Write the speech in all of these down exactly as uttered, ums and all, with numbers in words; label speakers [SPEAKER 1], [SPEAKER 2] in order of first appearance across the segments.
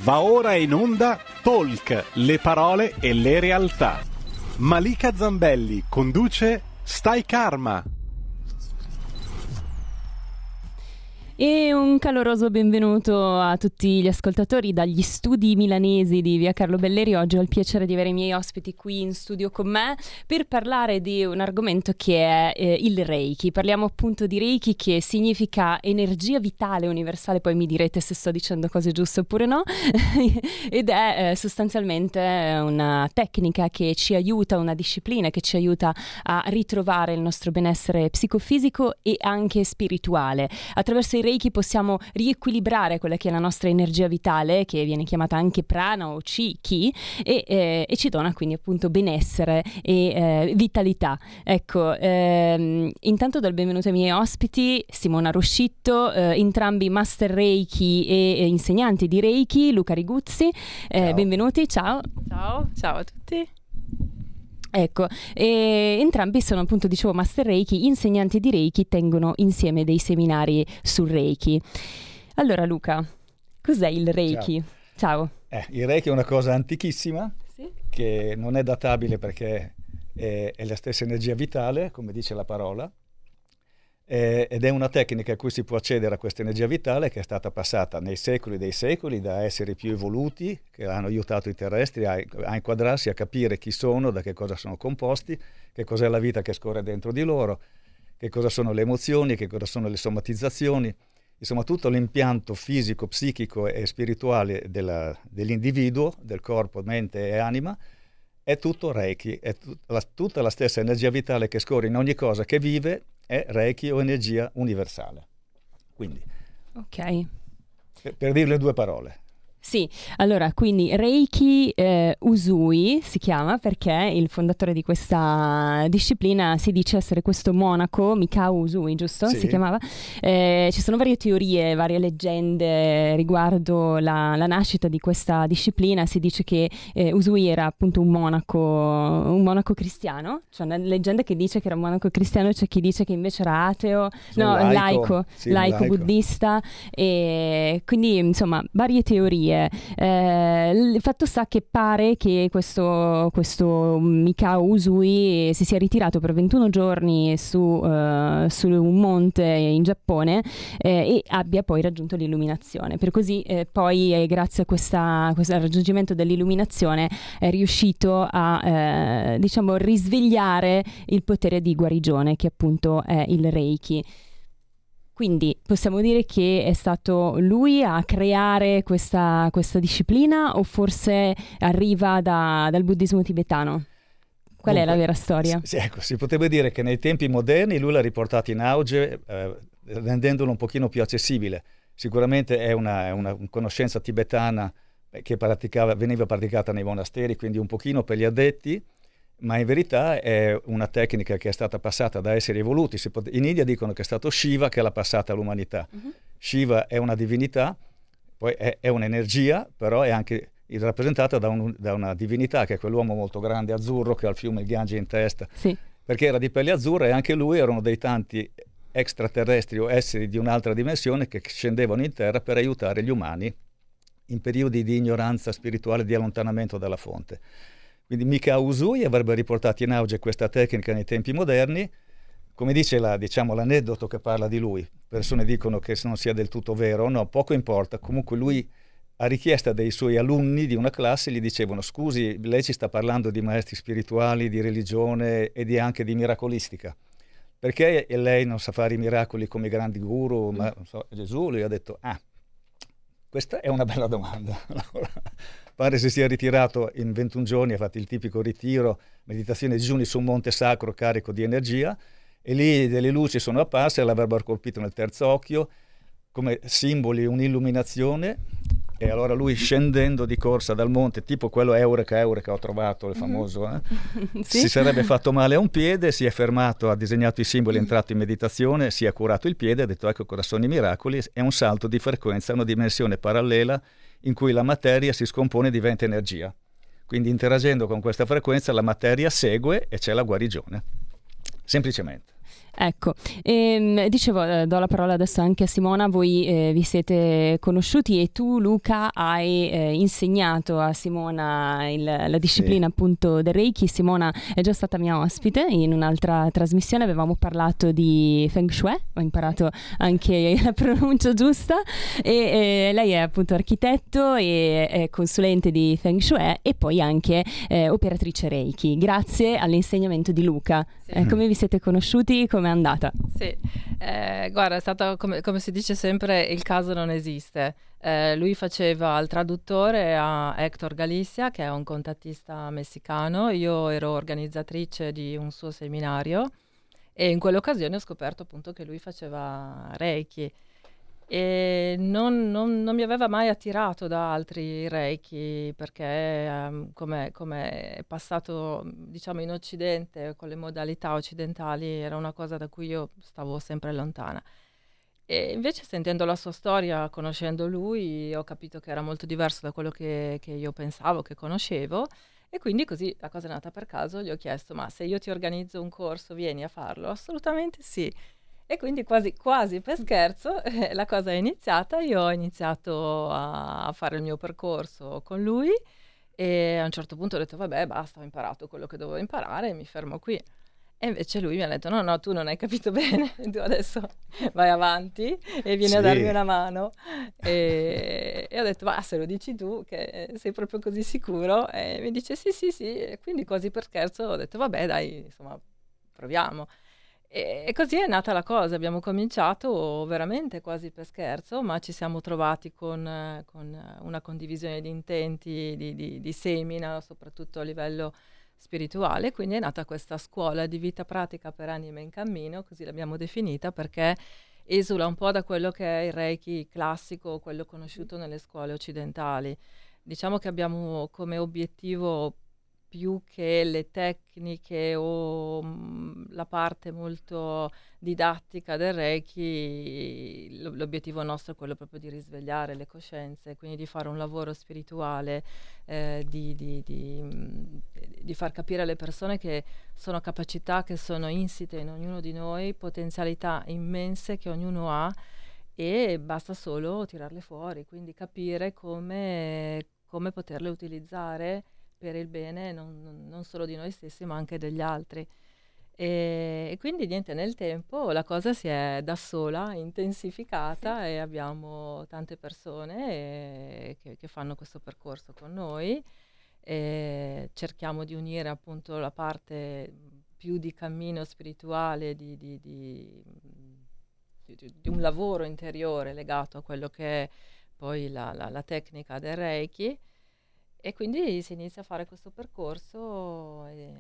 [SPEAKER 1] Va ora in onda Talk, le parole e le realtà. Malika Zambelli conduce Stai Karma.
[SPEAKER 2] E un caloroso benvenuto a tutti gli ascoltatori dagli studi milanesi di Via Carlo Belleri. Oggi ho il piacere di avere i miei ospiti qui in studio con me per parlare di un argomento che è eh, il Reiki. Parliamo appunto di Reiki, che significa energia vitale universale, poi mi direte se sto dicendo cose giuste oppure no, ed è eh, sostanzialmente una tecnica che ci aiuta, una disciplina che ci aiuta a ritrovare il nostro benessere psicofisico e anche spirituale. Attraverso i Reiki possiamo riequilibrare quella che è la nostra energia vitale, che viene chiamata anche prana o chi, chi e, eh, e ci dona quindi appunto benessere e eh, vitalità. Ecco, ehm, intanto do il benvenuto ai miei ospiti, Simona Roscitto, eh, entrambi master Reiki e, e insegnanti di Reiki, Luca Riguzzi, eh, benvenuti, ciao.
[SPEAKER 3] Ciao, ciao a tutti.
[SPEAKER 2] Ecco, e entrambi sono appunto, dicevo, master Reiki, insegnanti di Reiki, tengono insieme dei seminari sul Reiki. Allora Luca, cos'è il Reiki? Ciao.
[SPEAKER 4] Ciao. Eh, il Reiki è una cosa antichissima,
[SPEAKER 2] sì?
[SPEAKER 4] Che non è databile perché è, è la stessa energia vitale, come dice la parola, eh, ed è una tecnica a cui si può accedere a questa energia vitale, che è stata passata nei secoli dei secoli da esseri più evoluti che hanno aiutato i terrestri a, a inquadrarsi, a capire chi sono, da che cosa sono composti, che cos'è la vita che scorre dentro di loro, che cosa sono le emozioni, che cosa sono le somatizzazioni, insomma tutto l'impianto fisico, psichico e spirituale della, dell'individuo, del corpo, mente e anima. È tutto Reiki, è tut- la, tutta la stessa energia vitale che scorre in ogni cosa che vive, è Reiki o energia universale. Quindi,
[SPEAKER 2] ok,
[SPEAKER 4] per, per dirle due parole.
[SPEAKER 2] Sì, allora quindi Reiki eh, Usui si chiama perché il fondatore di questa disciplina si dice essere questo monaco, Mikao Usui, giusto?
[SPEAKER 4] Sì.
[SPEAKER 2] Si chiamava? Eh, ci sono varie teorie, varie leggende riguardo la, la nascita di questa disciplina. Si dice che eh, Usui era appunto un monaco, un monaco cristiano, c'è una leggenda che dice che era un monaco cristiano, c'è chi dice che invece era ateo,
[SPEAKER 4] Sono
[SPEAKER 2] no,
[SPEAKER 4] laico,
[SPEAKER 2] laico,
[SPEAKER 4] sì,
[SPEAKER 2] laico,
[SPEAKER 4] laico
[SPEAKER 2] buddista, e quindi insomma varie teorie. Eh, il fatto sta che pare che questo, questo Mikao Usui si sia ritirato per ventuno giorni su, uh, su un monte in Giappone eh, e abbia poi raggiunto l'illuminazione. Per così eh, poi eh, grazie a questa, questo raggiungimento dell'illuminazione è riuscito a eh, diciamo risvegliare il potere di guarigione, che appunto è il Reiki. Quindi possiamo dire che è stato lui a creare questa, questa disciplina, o forse arriva da, dal buddismo tibetano? Qual
[SPEAKER 4] Dunque,
[SPEAKER 2] è la vera storia?
[SPEAKER 4] Sì, ecco, si potrebbe dire che nei tempi moderni lui l'ha riportato in auge, eh, rendendolo un pochino più accessibile. Sicuramente è una, è una conoscenza tibetana che praticava, veniva praticata nei monasteri, quindi un pochino per gli addetti, ma in verità è una tecnica che è stata passata da esseri evoluti. In India dicono che è stato Shiva che l'ha passata all'umanità. Uh-huh. Shiva è una divinità, poi è, è un'energia, però è anche rappresentata da, un, da una divinità, che è quell'uomo molto grande azzurro che ha il fiume il Gange in testa,
[SPEAKER 2] sì.
[SPEAKER 4] Perché era di pelle azzurra, e anche lui era uno dei tanti extraterrestri o esseri di un'altra dimensione che scendevano in terra per aiutare gli umani in periodi di ignoranza spirituale, di allontanamento dalla fonte. Quindi Mikao Usui avrebbe riportato in auge questa tecnica nei tempi moderni. Come dice la, diciamo, l'aneddoto che parla di lui, persone dicono che non sia del tutto vero, no, poco importa. Comunque lui, a richiesta dei suoi alunni di una classe, gli dicevano: scusi, lei ci sta parlando di maestri spirituali, di religione e di anche di miracolistica, perché lei non sa fare i miracoli come i grandi guru, ma non so, Gesù? Lui ha detto: ah, questa è una bella domanda. Allora, pare si sia ritirato in ventuno giorni, ha fatto il tipico ritiro, meditazione e digiuni su un monte sacro carico di energia, e lì delle luci sono apparse, l'avrebbero colpito nel terzo occhio, come simboli un'illuminazione, e allora lui, scendendo di corsa dal monte, tipo quello Eureka, Eureka ho trovato, il famoso, eh? Sì? Si sarebbe fatto male a un piede, si è fermato, ha disegnato i simboli, è entrato in meditazione, si è curato il piede, ha detto: ecco cosa sono i miracoli. È un salto di frequenza, una dimensione parallela in cui la materia si scompone e diventa energia. Quindi interagendo con questa frequenza la materia segue e c'è la guarigione, semplicemente.
[SPEAKER 2] Ecco, ehm, dicevo, eh, do la parola adesso anche a Simona. Voi eh, vi siete conosciuti e tu, Luca, hai eh, insegnato a Simona il, la disciplina sì. appunto del Reiki. Simona è già stata mia ospite in un'altra trasmissione, avevamo parlato di Feng Shui, ho imparato anche la pronuncia giusta, e eh, lei è appunto architetto e è consulente di Feng Shui e poi anche eh, operatrice Reiki, grazie all'insegnamento di Luca. Sì. Eh, come vi siete conosciuti? Come è andata?
[SPEAKER 3] Sì, eh, guarda, è stato come, come si dice sempre, il caso non esiste. Eh, lui faceva il traduttore a Héctor Galicia, che è un contattista messicano. Io ero organizzatrice di un suo seminario e in quell'occasione ho scoperto appunto che lui faceva Reiki e non, non, non mi aveva mai attirato da altri Reiki, perché um, come, come è passato diciamo in Occidente con le modalità occidentali era una cosa da cui io stavo sempre lontana. E invece, sentendo la sua storia, conoscendo lui, ho capito che era molto diverso da quello che, che io pensavo, che conoscevo, e quindi così la cosa è nata per caso. Gli ho chiesto: ma se io ti organizzo un corso vieni a farlo? Assolutamente sì. E quindi quasi, quasi per scherzo eh, la cosa è iniziata. Io ho iniziato a, a fare il mio percorso con lui e a un certo punto ho detto vabbè basta, ho imparato quello che dovevo imparare, mi fermo qui. E invece lui mi ha detto no no, tu non hai capito bene, tu adesso vai avanti e vieni sì. a darmi una mano. E, e ho detto ma se lo dici tu che sei proprio così sicuro? E mi dice sì sì sì, e quindi quasi per scherzo ho detto vabbè dai, insomma proviamo. E così è nata la cosa. Abbiamo cominciato veramente quasi per scherzo, ma ci siamo trovati con, con una condivisione di intenti, di, di, di semina, soprattutto a livello spirituale. Quindi è nata questa scuola di vita pratica per anime in cammino, così l'abbiamo definita, perché esula un po' da quello che è il Reiki classico, quello conosciuto nelle scuole occidentali. Diciamo che abbiamo come obiettivo, più che le tecniche o mh, la parte molto didattica del Reiki, l- l'obiettivo nostro è quello proprio di risvegliare le coscienze, quindi di fare un lavoro spirituale, eh, di, di, di, mh, di far capire alle persone che sono capacità che sono insite in ognuno di noi, potenzialità immense che ognuno ha e basta solo tirarle fuori, quindi capire come, come poterle utilizzare per il bene non, non solo di noi stessi ma anche degli altri. E, e quindi niente, nel tempo la cosa si è da sola intensificata, sì. E abbiamo tante persone e, che, che fanno questo percorso con noi e cerchiamo di unire appunto la parte più di cammino spirituale, di, di, di, di, di un lavoro interiore legato a quello che è poi la, la, la tecnica del Reiki. E quindi si inizia a fare questo percorso e,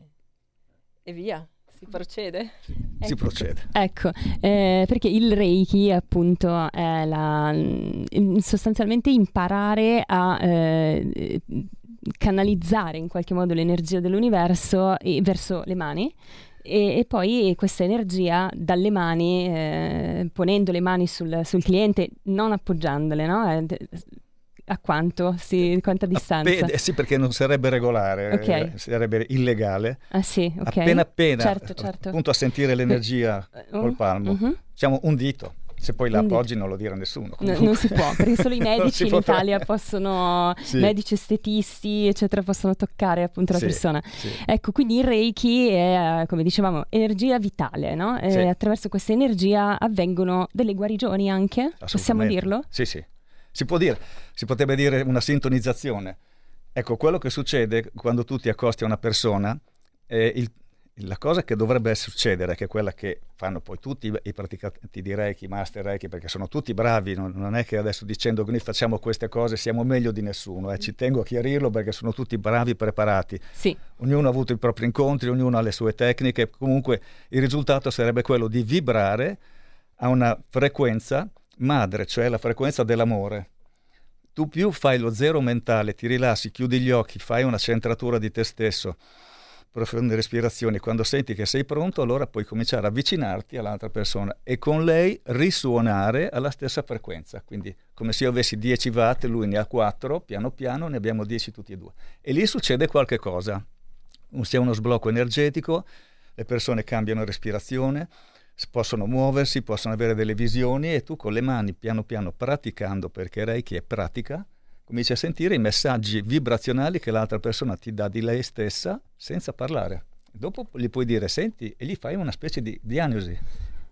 [SPEAKER 3] e via, si procede.
[SPEAKER 4] Si
[SPEAKER 2] ecco,
[SPEAKER 4] procede.
[SPEAKER 2] Ecco, eh, perché il Reiki appunto è la, sostanzialmente imparare a eh, canalizzare in qualche modo l'energia dell'universo e, verso le mani. E, e poi questa energia dalle mani, eh, ponendo le mani sul, sul cliente, non appoggiandole, no? Eh, A quanto? Sì, quanta distanza?
[SPEAKER 4] Appena, sì, perché non sarebbe regolare,
[SPEAKER 2] okay.
[SPEAKER 4] eh, sarebbe illegale.
[SPEAKER 2] Ah sì, ok.
[SPEAKER 4] Appena appena,
[SPEAKER 2] certo, certo.
[SPEAKER 4] appunto a sentire l'energia uh, col palmo, uh-huh. diciamo un dito. Se poi la appoggi non lo dire a nessuno.
[SPEAKER 2] No, non si può, perché solo i medici in potrà. Italia possono, sì. medici estetisti, eccetera, possono toccare appunto la sì, persona. Sì. Ecco, quindi il Reiki è, come dicevamo, energia vitale, no? Sì. E attraverso questa energia avvengono delle guarigioni anche? Possiamo dirlo?
[SPEAKER 4] Sì, sì. Si può dire, si potrebbe dire una sintonizzazione. Ecco, quello che succede quando tu ti accosti a una persona, eh, il, la cosa che dovrebbe succedere, che è quella che fanno poi tutti i praticanti di Reiki, Master Reiki, perché sono tutti bravi, non, non è che adesso dicendo che noi facciamo queste cose siamo meglio di nessuno, eh. Ci tengo a chiarirlo perché sono tutti bravi, preparati.
[SPEAKER 2] Sì.
[SPEAKER 4] Ognuno ha avuto i propri incontri, ognuno ha le sue tecniche, comunque il risultato sarebbe quello di vibrare a una frequenza madre, cioè la frequenza dell'amore. Tu più fai lo zero mentale, ti rilassi, chiudi gli occhi, fai una centratura di te stesso, profonde respirazioni, quando senti che sei pronto allora puoi cominciare a avvicinarti all'altra persona e con lei risuonare alla stessa frequenza, quindi come se io avessi dieci watt, lui ne ha quattro, piano piano ne abbiamo dieci tutti e due e lì succede qualche cosa, sia uno sblocco energetico, le persone cambiano respirazione, possono muoversi, possono avere delle visioni, e tu con le mani piano piano praticando, perché Reiki è pratica, cominci a sentire i messaggi vibrazionali che l'altra persona ti dà di lei stessa senza parlare. Dopo gli puoi dire senti, e gli fai una specie di diagnosi.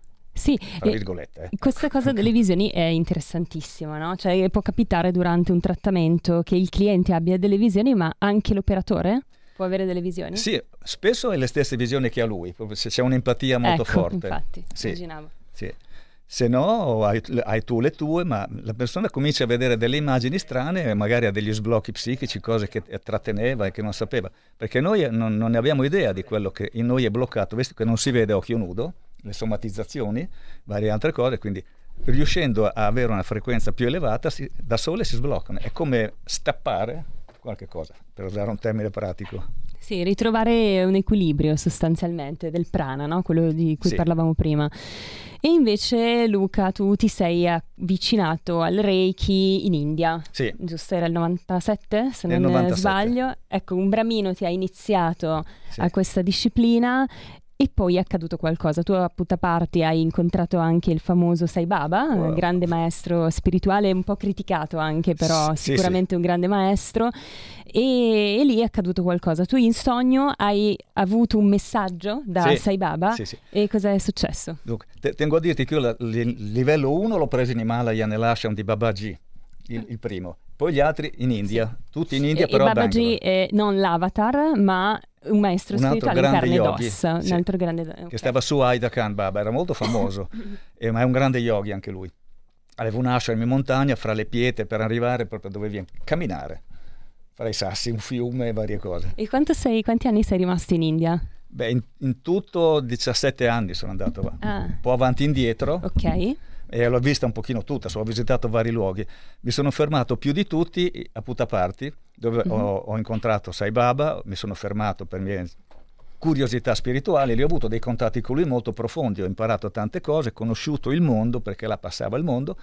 [SPEAKER 2] Sì,
[SPEAKER 4] tra virgolette. Eh.
[SPEAKER 2] Questa cosa delle visioni è interessantissima, no? Cioè può capitare durante un trattamento che il cliente abbia delle visioni, ma anche l'operatore può avere delle visioni?
[SPEAKER 4] Sì, spesso è le stesse visioni che ha lui, se c'è un'empatia molto
[SPEAKER 2] ecco,
[SPEAKER 4] forte.
[SPEAKER 2] Infatti,
[SPEAKER 4] sì,
[SPEAKER 2] immaginavo.
[SPEAKER 4] Sì. Se no hai, hai tu le tue, ma la persona comincia a vedere delle immagini strane, magari ha degli sblocchi psichici, cose che tratteneva e che non sapeva, perché noi non, non ne abbiamo idea di quello che in noi è bloccato, visto che non si vede a occhio nudo, le somatizzazioni, varie altre cose, quindi riuscendo a avere una frequenza più elevata si, da sole si sbloccano. È come stappare qualche cosa, per usare un termine pratico. Sì,
[SPEAKER 2] ritrovare un equilibrio sostanzialmente del prana, no? Quello di cui
[SPEAKER 4] sì.
[SPEAKER 2] parlavamo prima. E invece Luca, tu ti sei avvicinato al Reiki in India,
[SPEAKER 4] sì.
[SPEAKER 2] giusto? Era il novantasette, se
[SPEAKER 4] Nel
[SPEAKER 2] non
[SPEAKER 4] novantasette.
[SPEAKER 2] sbaglio. Ecco, un bramino ti ha iniziato
[SPEAKER 4] sì.
[SPEAKER 2] a questa disciplina. E poi è accaduto qualcosa. Tu a Puttaparthi hai incontrato anche il famoso Sai Baba,
[SPEAKER 4] wow.
[SPEAKER 2] un grande maestro spirituale, un po' criticato anche, però
[SPEAKER 4] sì,
[SPEAKER 2] sicuramente
[SPEAKER 4] sì.
[SPEAKER 2] un grande maestro. E, e lì è accaduto qualcosa. Tu in sogno hai avuto un messaggio da
[SPEAKER 4] sì.
[SPEAKER 2] Sai Baba.
[SPEAKER 4] Sì, sì.
[SPEAKER 2] E cosa è successo?
[SPEAKER 4] Dunque, te, tengo a dirti che io il livello uno l'ho preso in Himalaya nell'ashram di Babaji, il, il primo. Poi gli altri in India, sì. tutti in India,
[SPEAKER 2] e,
[SPEAKER 4] però
[SPEAKER 2] e Babaji è non l'avatar, ma un maestro
[SPEAKER 4] un
[SPEAKER 2] spirituale in carne ed ossa,
[SPEAKER 4] sì,
[SPEAKER 2] un altro grande okay.
[SPEAKER 4] che stava su Aida Khan Baba, era molto famoso, e, ma è un grande yogi anche lui. Aveva un ashram in montagna fra le pietre, per arrivare proprio dove viene, camminare fra i sassi, un fiume e varie cose.
[SPEAKER 2] E quanto sei, quanti anni sei rimasto in India?
[SPEAKER 4] Beh, in, in tutto diciassette anni sono andato va.
[SPEAKER 2] Ah.
[SPEAKER 4] un po' avanti e indietro.
[SPEAKER 2] Ok.
[SPEAKER 4] E l'ho vista un pochino tutta, ho visitato vari luoghi. Mi sono fermato più di tutti a Puttaparthi, dove mm-hmm. ho, ho incontrato Sai Baba, mi sono fermato per mie curiosità spirituali, lì ho avuto dei contatti con lui molto profondi, ho imparato tante cose, conosciuto il mondo, perché là passava il mondo,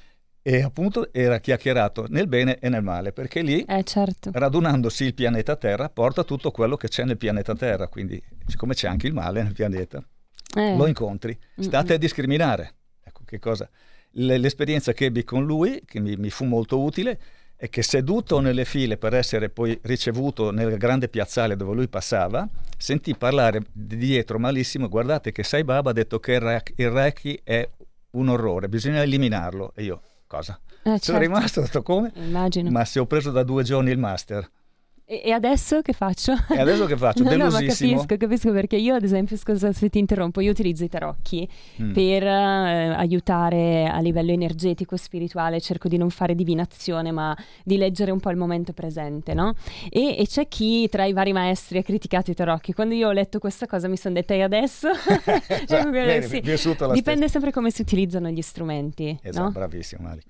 [SPEAKER 4] e appunto era chiacchierato nel bene e nel male, perché lì,
[SPEAKER 2] eh, certo.
[SPEAKER 4] radunandosi il pianeta Terra, porta tutto quello che c'è nel pianeta Terra, quindi siccome c'è anche il male nel pianeta, eh. lo incontri, state mm-hmm. a discriminare. Che cosa? L'esperienza che ebbi con lui, che mi, mi fu molto utile, è che seduto nelle file per essere poi ricevuto nel grande piazzale dove lui passava, sentì parlare di dietro malissimo, guardate che Sai Baba ha detto che il Reiki, il Reiki è un orrore, bisogna eliminarlo. E io, cosa?
[SPEAKER 2] Eh, certo.
[SPEAKER 4] Sono rimasto, ho detto come?
[SPEAKER 2] Immagino.
[SPEAKER 4] Ma se ho preso da due giorni il master.
[SPEAKER 2] E adesso che faccio?
[SPEAKER 4] E adesso che faccio?
[SPEAKER 2] No,
[SPEAKER 4] Delusissimo.
[SPEAKER 2] No, ma capisco, capisco perché io ad esempio, scusa se ti interrompo, io utilizzo i tarocchi mm. per eh, aiutare a livello energetico e spirituale, cerco di non fare divinazione ma di leggere un po' il momento presente, no? E, e c'è chi tra i vari maestri ha criticato i tarocchi. Quando io ho letto questa cosa mi sono detta e adesso?
[SPEAKER 4] Esatto, bene,
[SPEAKER 2] sì.
[SPEAKER 4] Dipende
[SPEAKER 2] stessa. sempre come si utilizzano gli strumenti.
[SPEAKER 4] Esatto,
[SPEAKER 2] no?
[SPEAKER 4] Bravissimo Mali.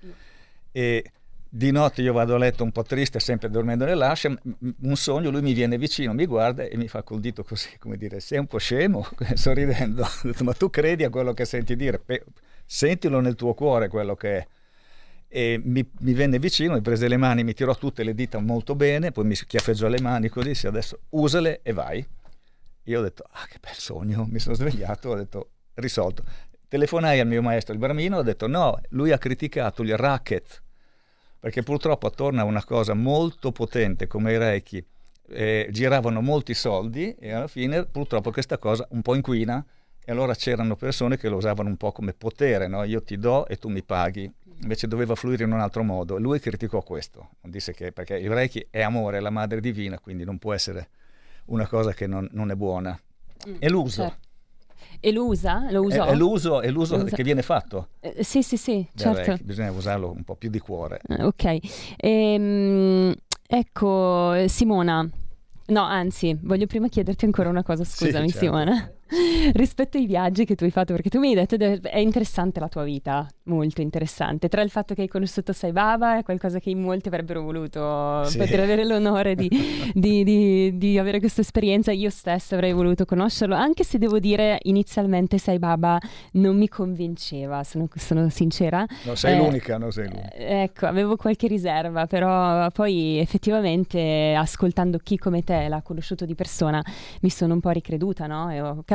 [SPEAKER 4] E di notte io vado a letto un po' triste, sempre dormendo nell'ashram, un sogno, lui mi viene vicino, mi guarda e mi fa col dito così, come dire, sei un po' scemo, sorridendo. Ho detto, ma tu credi a quello che senti dire? Pe- sentilo nel tuo cuore quello che è. E mi, mi venne vicino, mi prese le mani, mi tirò tutte le dita molto bene, poi mi schiaffeggiò le mani così, sì, adesso usale e vai. Io ho detto, ah che bel sogno, mi sono svegliato, ho detto, risolto. Telefonai al mio maestro, il bramino, ho detto, no, lui ha criticato il racket, perché purtroppo attorno a una cosa molto potente come i Reiki eh, giravano molti soldi e alla fine purtroppo questa cosa un po' inquina, e allora c'erano persone che lo usavano un po' come potere, no? Io ti do e tu mi paghi, invece doveva fluire in un altro modo. E lui criticò questo, disse che perché il Reiki è amore, è la madre divina, quindi non può essere una cosa che non, non è buona. Mm, e l'uso.
[SPEAKER 2] Certo. E lo usa? Lo usò?
[SPEAKER 4] È, è l'uso, è l'uso
[SPEAKER 2] lo usa.
[SPEAKER 4] che viene fatto.
[SPEAKER 2] Eh, sì, sì, sì, certo.
[SPEAKER 4] Reiki. Bisogna usarlo un po' più di cuore.
[SPEAKER 2] Eh, ok. Ehm, ecco, Simona. No, anzi, voglio prima chiederti ancora una cosa, scusami
[SPEAKER 4] sì, certo.
[SPEAKER 2] Simona. Rispetto ai viaggi che tu hai fatto, perché tu mi hai detto che è interessante la tua vita, molto interessante, tra il fatto che hai conosciuto Sai Baba, è qualcosa che in molti avrebbero voluto
[SPEAKER 4] sì.
[SPEAKER 2] poter avere l'onore di, di, di, di avere questa esperienza. Io stessa avrei voluto conoscerlo, anche se devo dire inizialmente Sai Baba non mi convinceva, sono, sono sincera.
[SPEAKER 4] No, sei
[SPEAKER 2] eh,
[SPEAKER 4] l'unica, no, sei l'unica.
[SPEAKER 2] Ecco, avevo qualche riserva, però poi effettivamente ascoltando chi come te l'ha conosciuto di persona mi sono un po' ricreduta, no? E ho capito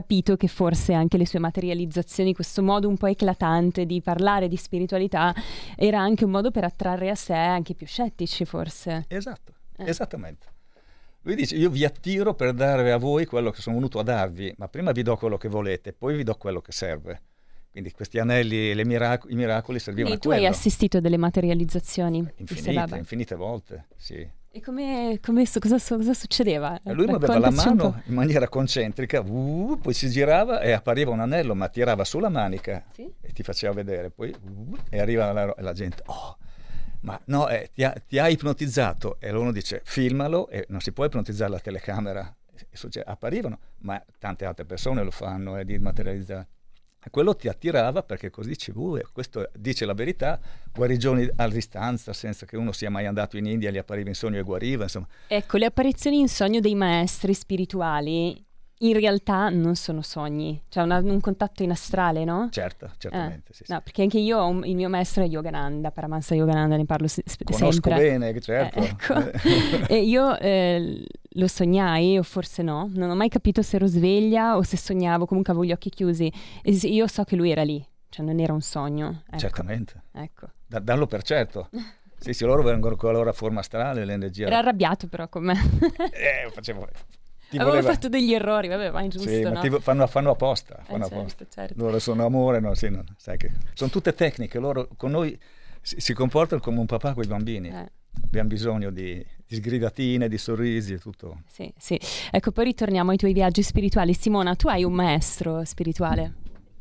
[SPEAKER 2] capito che forse anche le sue materializzazioni, questo modo un po' eclatante di parlare di spiritualità, era anche un modo per attrarre a sé anche più scettici, forse.
[SPEAKER 4] Esatto,
[SPEAKER 2] eh.
[SPEAKER 4] esattamente. Lui dice: io vi attiro per dare a voi quello che sono venuto a darvi, ma prima vi do quello che volete, poi vi do quello che serve. Quindi questi anelli, le mirac- i miracoli servivano
[SPEAKER 2] Quindi
[SPEAKER 4] a
[SPEAKER 2] tu
[SPEAKER 4] quello.
[SPEAKER 2] hai assistito a delle materializzazioni di Sai
[SPEAKER 4] Infinite,
[SPEAKER 2] Baba?
[SPEAKER 4] infinite volte, sì.
[SPEAKER 2] E come, come so- cosa, so- cosa succedeva?
[SPEAKER 4] E lui muoveva la
[SPEAKER 2] Raccontaci un po'.
[SPEAKER 4] mano in maniera concentrica, uh, poi si girava e appariva un anello, ma tirava sulla manica
[SPEAKER 2] Sì?
[SPEAKER 4] e ti faceva vedere, poi uh, e arriva la, la gente, oh, ma no, eh, ti, ha, ti ha ipnotizzato, e uno dice filmalo, e non si può ipnotizzare la telecamera, e succede, apparivano, ma tante altre persone lo fanno, eh, di materializzare. E quello ti attirava perché così dici, uh, questo dice la verità, guarigioni a distanza senza che uno sia mai andato in India, gli appariva in sogno e guariva, insomma.
[SPEAKER 2] Ecco, le apparizioni in sogno dei maestri spirituali in realtà non sono sogni, cioè una- un contatto in astrale, no?
[SPEAKER 4] Certo, certamente,
[SPEAKER 2] Eh,
[SPEAKER 4] sì, sì.
[SPEAKER 2] No, perché anche io ho un- il mio maestro è Yogananda, Paramahansa Yogananda, ne parlo se- sp-
[SPEAKER 4] Conosco
[SPEAKER 2] sempre.
[SPEAKER 4] bene, certo.
[SPEAKER 2] Eh, ecco. E io eh, lo sognai, o forse no, non ho mai capito se ero sveglia o se sognavo, comunque avevo gli occhi chiusi. E sì, io so che lui era lì, cioè non era un sogno. Ecco.
[SPEAKER 4] Certamente,
[SPEAKER 2] Ecco.
[SPEAKER 4] da, dallo per certo. Sì, sì, loro vengono con la loro forma astrale, l'energia.
[SPEAKER 2] Era arrabbiato però con me.
[SPEAKER 4] Eh, facevo... Ti
[SPEAKER 2] Avevo
[SPEAKER 4] voleva...
[SPEAKER 2] fatto degli errori, vabbè, ma è giusto,
[SPEAKER 4] Sì, ma
[SPEAKER 2] no?
[SPEAKER 4] ti vo- fanno, fanno apposta,
[SPEAKER 2] Eh,
[SPEAKER 4] fanno
[SPEAKER 2] certo,
[SPEAKER 4] apposta.
[SPEAKER 2] certo.
[SPEAKER 4] Loro sono amore, no, sì, no, sai che sono tutte tecniche, loro con noi si, si comportano come un papà con i bambini.
[SPEAKER 2] Eh.
[SPEAKER 4] Abbiamo bisogno di, di sgridatine, di sorrisi e tutto.
[SPEAKER 2] Sì, sì. Ecco, poi ritorniamo ai tuoi viaggi spirituali. Simona, tu hai un maestro spirituale?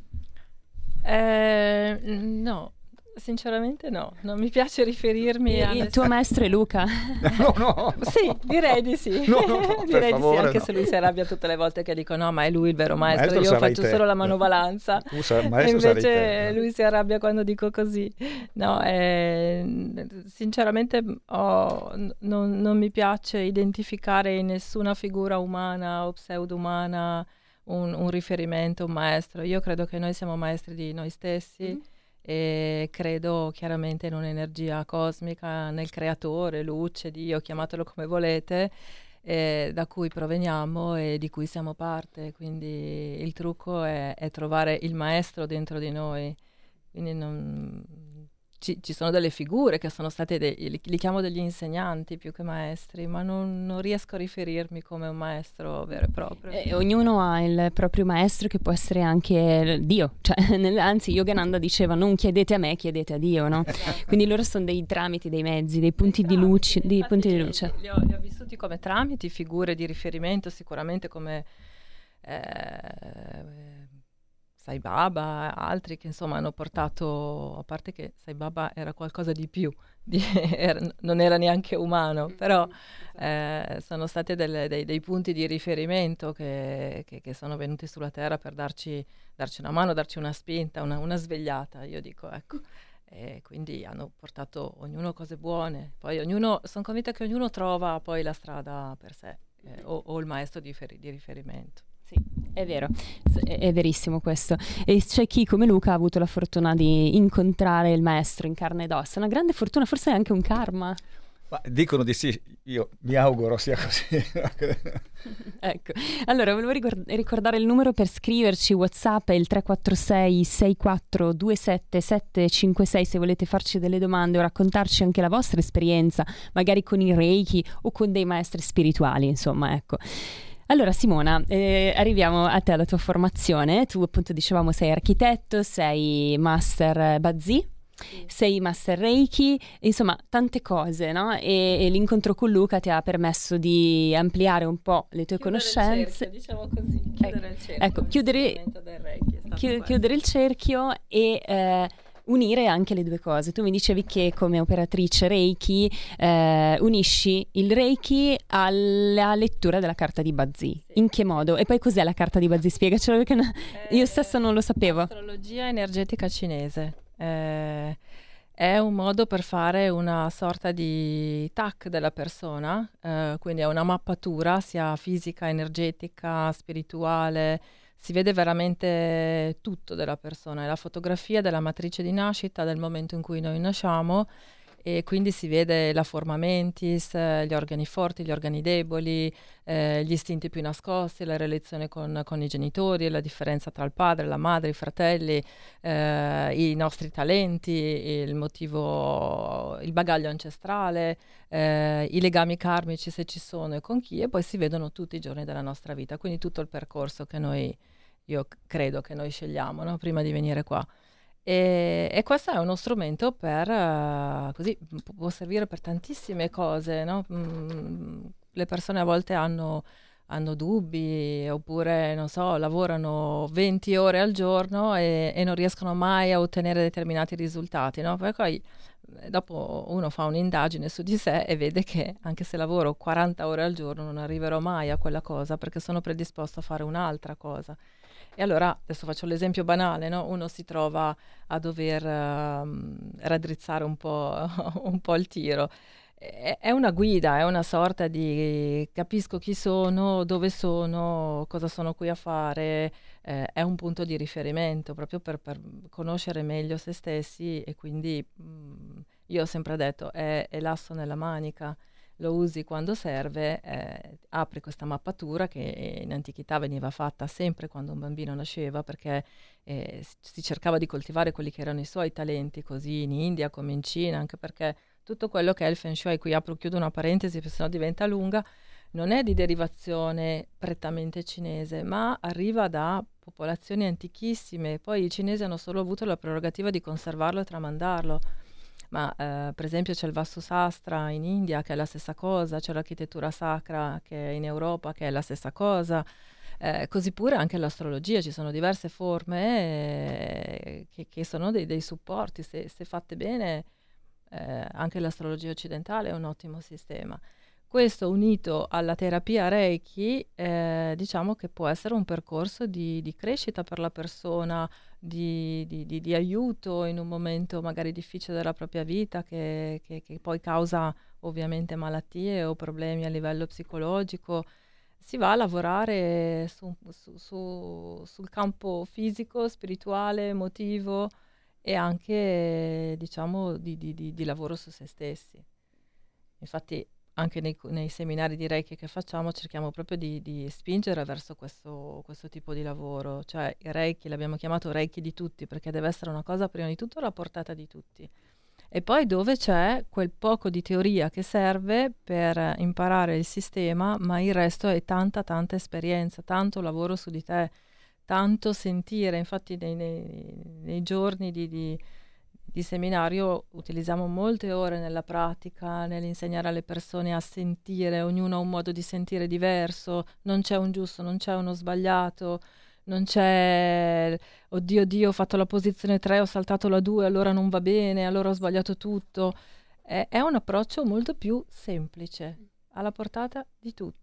[SPEAKER 3] Eh, no, sinceramente no, non mi piace riferirmi a...
[SPEAKER 2] Il tuo maestro è Luca.
[SPEAKER 4] No, no.
[SPEAKER 3] Sì, direi di sì.
[SPEAKER 4] No, no, no, per
[SPEAKER 3] direi
[SPEAKER 4] favore,
[SPEAKER 3] di sì, anche
[SPEAKER 4] no.
[SPEAKER 3] se lui si arrabbia tutte le volte che dico no, ma è lui il vero maestro,
[SPEAKER 4] Maestro
[SPEAKER 3] io
[SPEAKER 4] sarai
[SPEAKER 3] faccio
[SPEAKER 4] te.
[SPEAKER 3] solo la manovalanza.
[SPEAKER 4] Tu sa-
[SPEAKER 3] E
[SPEAKER 4] maestro sarai
[SPEAKER 3] invece
[SPEAKER 4] te.
[SPEAKER 3] lui si arrabbia quando dico così. No, eh, sinceramente ho- non, non mi piace identificare in nessuna figura umana o pseudo-umana un, un riferimento, un maestro. Io credo che noi siamo maestri di noi stessi.
[SPEAKER 2] Mm.
[SPEAKER 3] E credo chiaramente in un'energia cosmica, nel creatore, luce, Dio, chiamatelo come volete, eh, da cui proveniamo e di cui siamo parte. Quindi il trucco è, è trovare il maestro dentro di noi. Quindi non, ci, ci sono delle figure che sono state, dei, li, li chiamo degli insegnanti più che maestri, ma non, non riesco a riferirmi come un maestro vero e proprio.
[SPEAKER 2] E ognuno ha il proprio maestro che può essere anche Dio, cioè, nel- anzi Yogananda diceva non chiedete a me, chiedete a Dio, no? Quindi loro sono dei tramiti, dei mezzi, dei punti di
[SPEAKER 3] Tramiti,
[SPEAKER 2] luce, dei
[SPEAKER 3] infatti
[SPEAKER 2] punti di luce.
[SPEAKER 3] Li ho, li ho vissuti come tramiti, figure di riferimento, sicuramente come eh, Sai Baba, altri che insomma hanno portato, a parte che Sai Baba era qualcosa di più, di- era- non era neanche umano, però eh, sono stati delle- dei, dei punti di riferimento che, che- che sono venuti sulla Terra per darci, darci una mano, darci una spinta, una, una svegliata, io dico, ecco. E quindi hanno portato ognuno cose buone, poi ognuno, sono convinta che ognuno trova poi la strada per sé, eh, o, o il maestro di, feri- di riferimento.
[SPEAKER 2] Sì, è vero, S- è, è verissimo questo. E c'è chi come Luca ha avuto la fortuna di incontrare il maestro in carne ed ossa, una grande fortuna, forse è anche un karma.
[SPEAKER 4] Ma dicono di sì, io mi auguro sia così.
[SPEAKER 2] Ecco, allora volevo ricor- ricordare il numero per scriverci. WhatsApp è il tre quattro sei sei quattro due sette sette cinque sei se volete farci delle domande o raccontarci anche la vostra esperienza, magari con il Reiki o con dei maestri spirituali, insomma, ecco. Allora Simona, eh, arriviamo a te, alla tua formazione. Tu appunto dicevamo sei architetto, sei master Bazzi, sei master Reiki, insomma tante cose, no? E, e l'incontro con Luca ti ha permesso di ampliare un po' le tue
[SPEAKER 3] Chiudere il
[SPEAKER 2] conoscenze.
[SPEAKER 3] cerchio, diciamo così, chiudere il cerchio.
[SPEAKER 2] Ecco, chiudere-
[SPEAKER 3] l'insegnamento del Reiki è stato
[SPEAKER 2] Chi-
[SPEAKER 3] questo.
[SPEAKER 2] chiudere il cerchio e eh, unire anche le due cose. Tu mi dicevi che come operatrice Reiki eh, unisci il Reiki alla lettura della carta di Bazzi.
[SPEAKER 3] Sì.
[SPEAKER 2] In che modo? E poi cos'è la carta di Bazzi? Spiegacelo perché no-
[SPEAKER 3] Eh,
[SPEAKER 2] io stessa non lo sapevo.
[SPEAKER 3] Astrologia energetica cinese. Eh, è un modo per fare una sorta di T A C della persona, eh, quindi è una mappatura sia fisica, energetica, spirituale. Si vede veramente tutto della persona, è la fotografia della matrice di nascita, del momento in cui noi nasciamo e quindi si vede la forma mentis, eh, gli organi forti, gli organi deboli, eh, gli istinti più nascosti, la relazione con, con i genitori, la differenza tra il padre, la madre, i fratelli, eh, i nostri talenti, il motivo, il bagaglio ancestrale, eh, i legami karmici se ci sono e con chi, e poi si vedono tutti i giorni della nostra vita, quindi tutto il percorso che noi, io credo che noi scegliamo, no? Prima di venire qua. E, e questo è uno strumento per, uh, così, può servire per tantissime cose, no? Mm, le persone a volte hanno, hanno dubbi, oppure, non so, lavorano venti ore al giorno e, e non riescono mai a ottenere determinati risultati, no? Poi dopo uno fa un'indagine su di sé e vede che anche se lavoro quaranta ore al giorno non arriverò mai a quella cosa, perché sono predisposto a fare un'altra cosa. E allora, adesso faccio l'esempio banale, no? Uno si trova a dover uh, raddrizzare un po', un po' il tiro. È, è una guida, è una sorta di capisco chi sono, dove sono, cosa sono qui a fare, eh, è un punto di riferimento proprio per, per conoscere meglio se stessi, e quindi mh, io ho sempre detto è, è l'asso nella manica. Lo usi quando serve, eh, apri questa mappatura che in antichità veniva fatta sempre quando un bambino nasceva, perché eh, si cercava di coltivare quelli che erano i suoi talenti, così in India come in Cina, anche perché tutto quello che è il Feng Shui, qui apro chiudo una parentesi perché sennò diventa lunga, non è di derivazione prettamente cinese, ma arriva da popolazioni antichissime. Poi i cinesi hanno solo avuto la prerogativa di conservarlo e tramandarlo. Ma eh, per esempio c'è il Vastu Sastra in India che è la stessa cosa, c'è l'architettura sacra che è in Europa che è la stessa cosa, eh, così pure anche l'astrologia, ci sono diverse forme eh, che, che sono dei, dei supporti, se, se fatte bene eh, anche l'astrologia occidentale è un ottimo sistema. Questo unito alla terapia Reiki, eh, diciamo che può essere un percorso di, di crescita per la persona, di, di, di, di aiuto in un momento magari difficile della propria vita, che, che, che poi causa ovviamente malattie o problemi a livello psicologico. Si va a lavorare su, su, su, sul campo fisico, spirituale, emotivo e anche, diciamo, di, di, di, di lavoro su se stessi. Infatti, anche nei, nei seminari di Reiki che facciamo cerchiamo proprio di, di spingere verso questo, questo tipo di lavoro, cioè il Reiki l'abbiamo chiamato Reiki di tutti perché deve essere una cosa prima di tutto alla portata di tutti, e poi dove c'è quel poco di teoria che serve per imparare il sistema, ma il resto è tanta tanta esperienza, tanto lavoro su di te, tanto sentire. Infatti nei, nei, nei giorni di, di di seminario utilizziamo molte ore nella pratica, nell'insegnare alle persone a sentire, ognuno ha un modo di sentire diverso, non c'è un giusto, non c'è uno sbagliato, non c'è oddio Dio ho fatto la posizione tre, ho saltato la due, allora non va bene, allora ho sbagliato tutto. È, è un approccio molto più semplice, alla portata di tutti.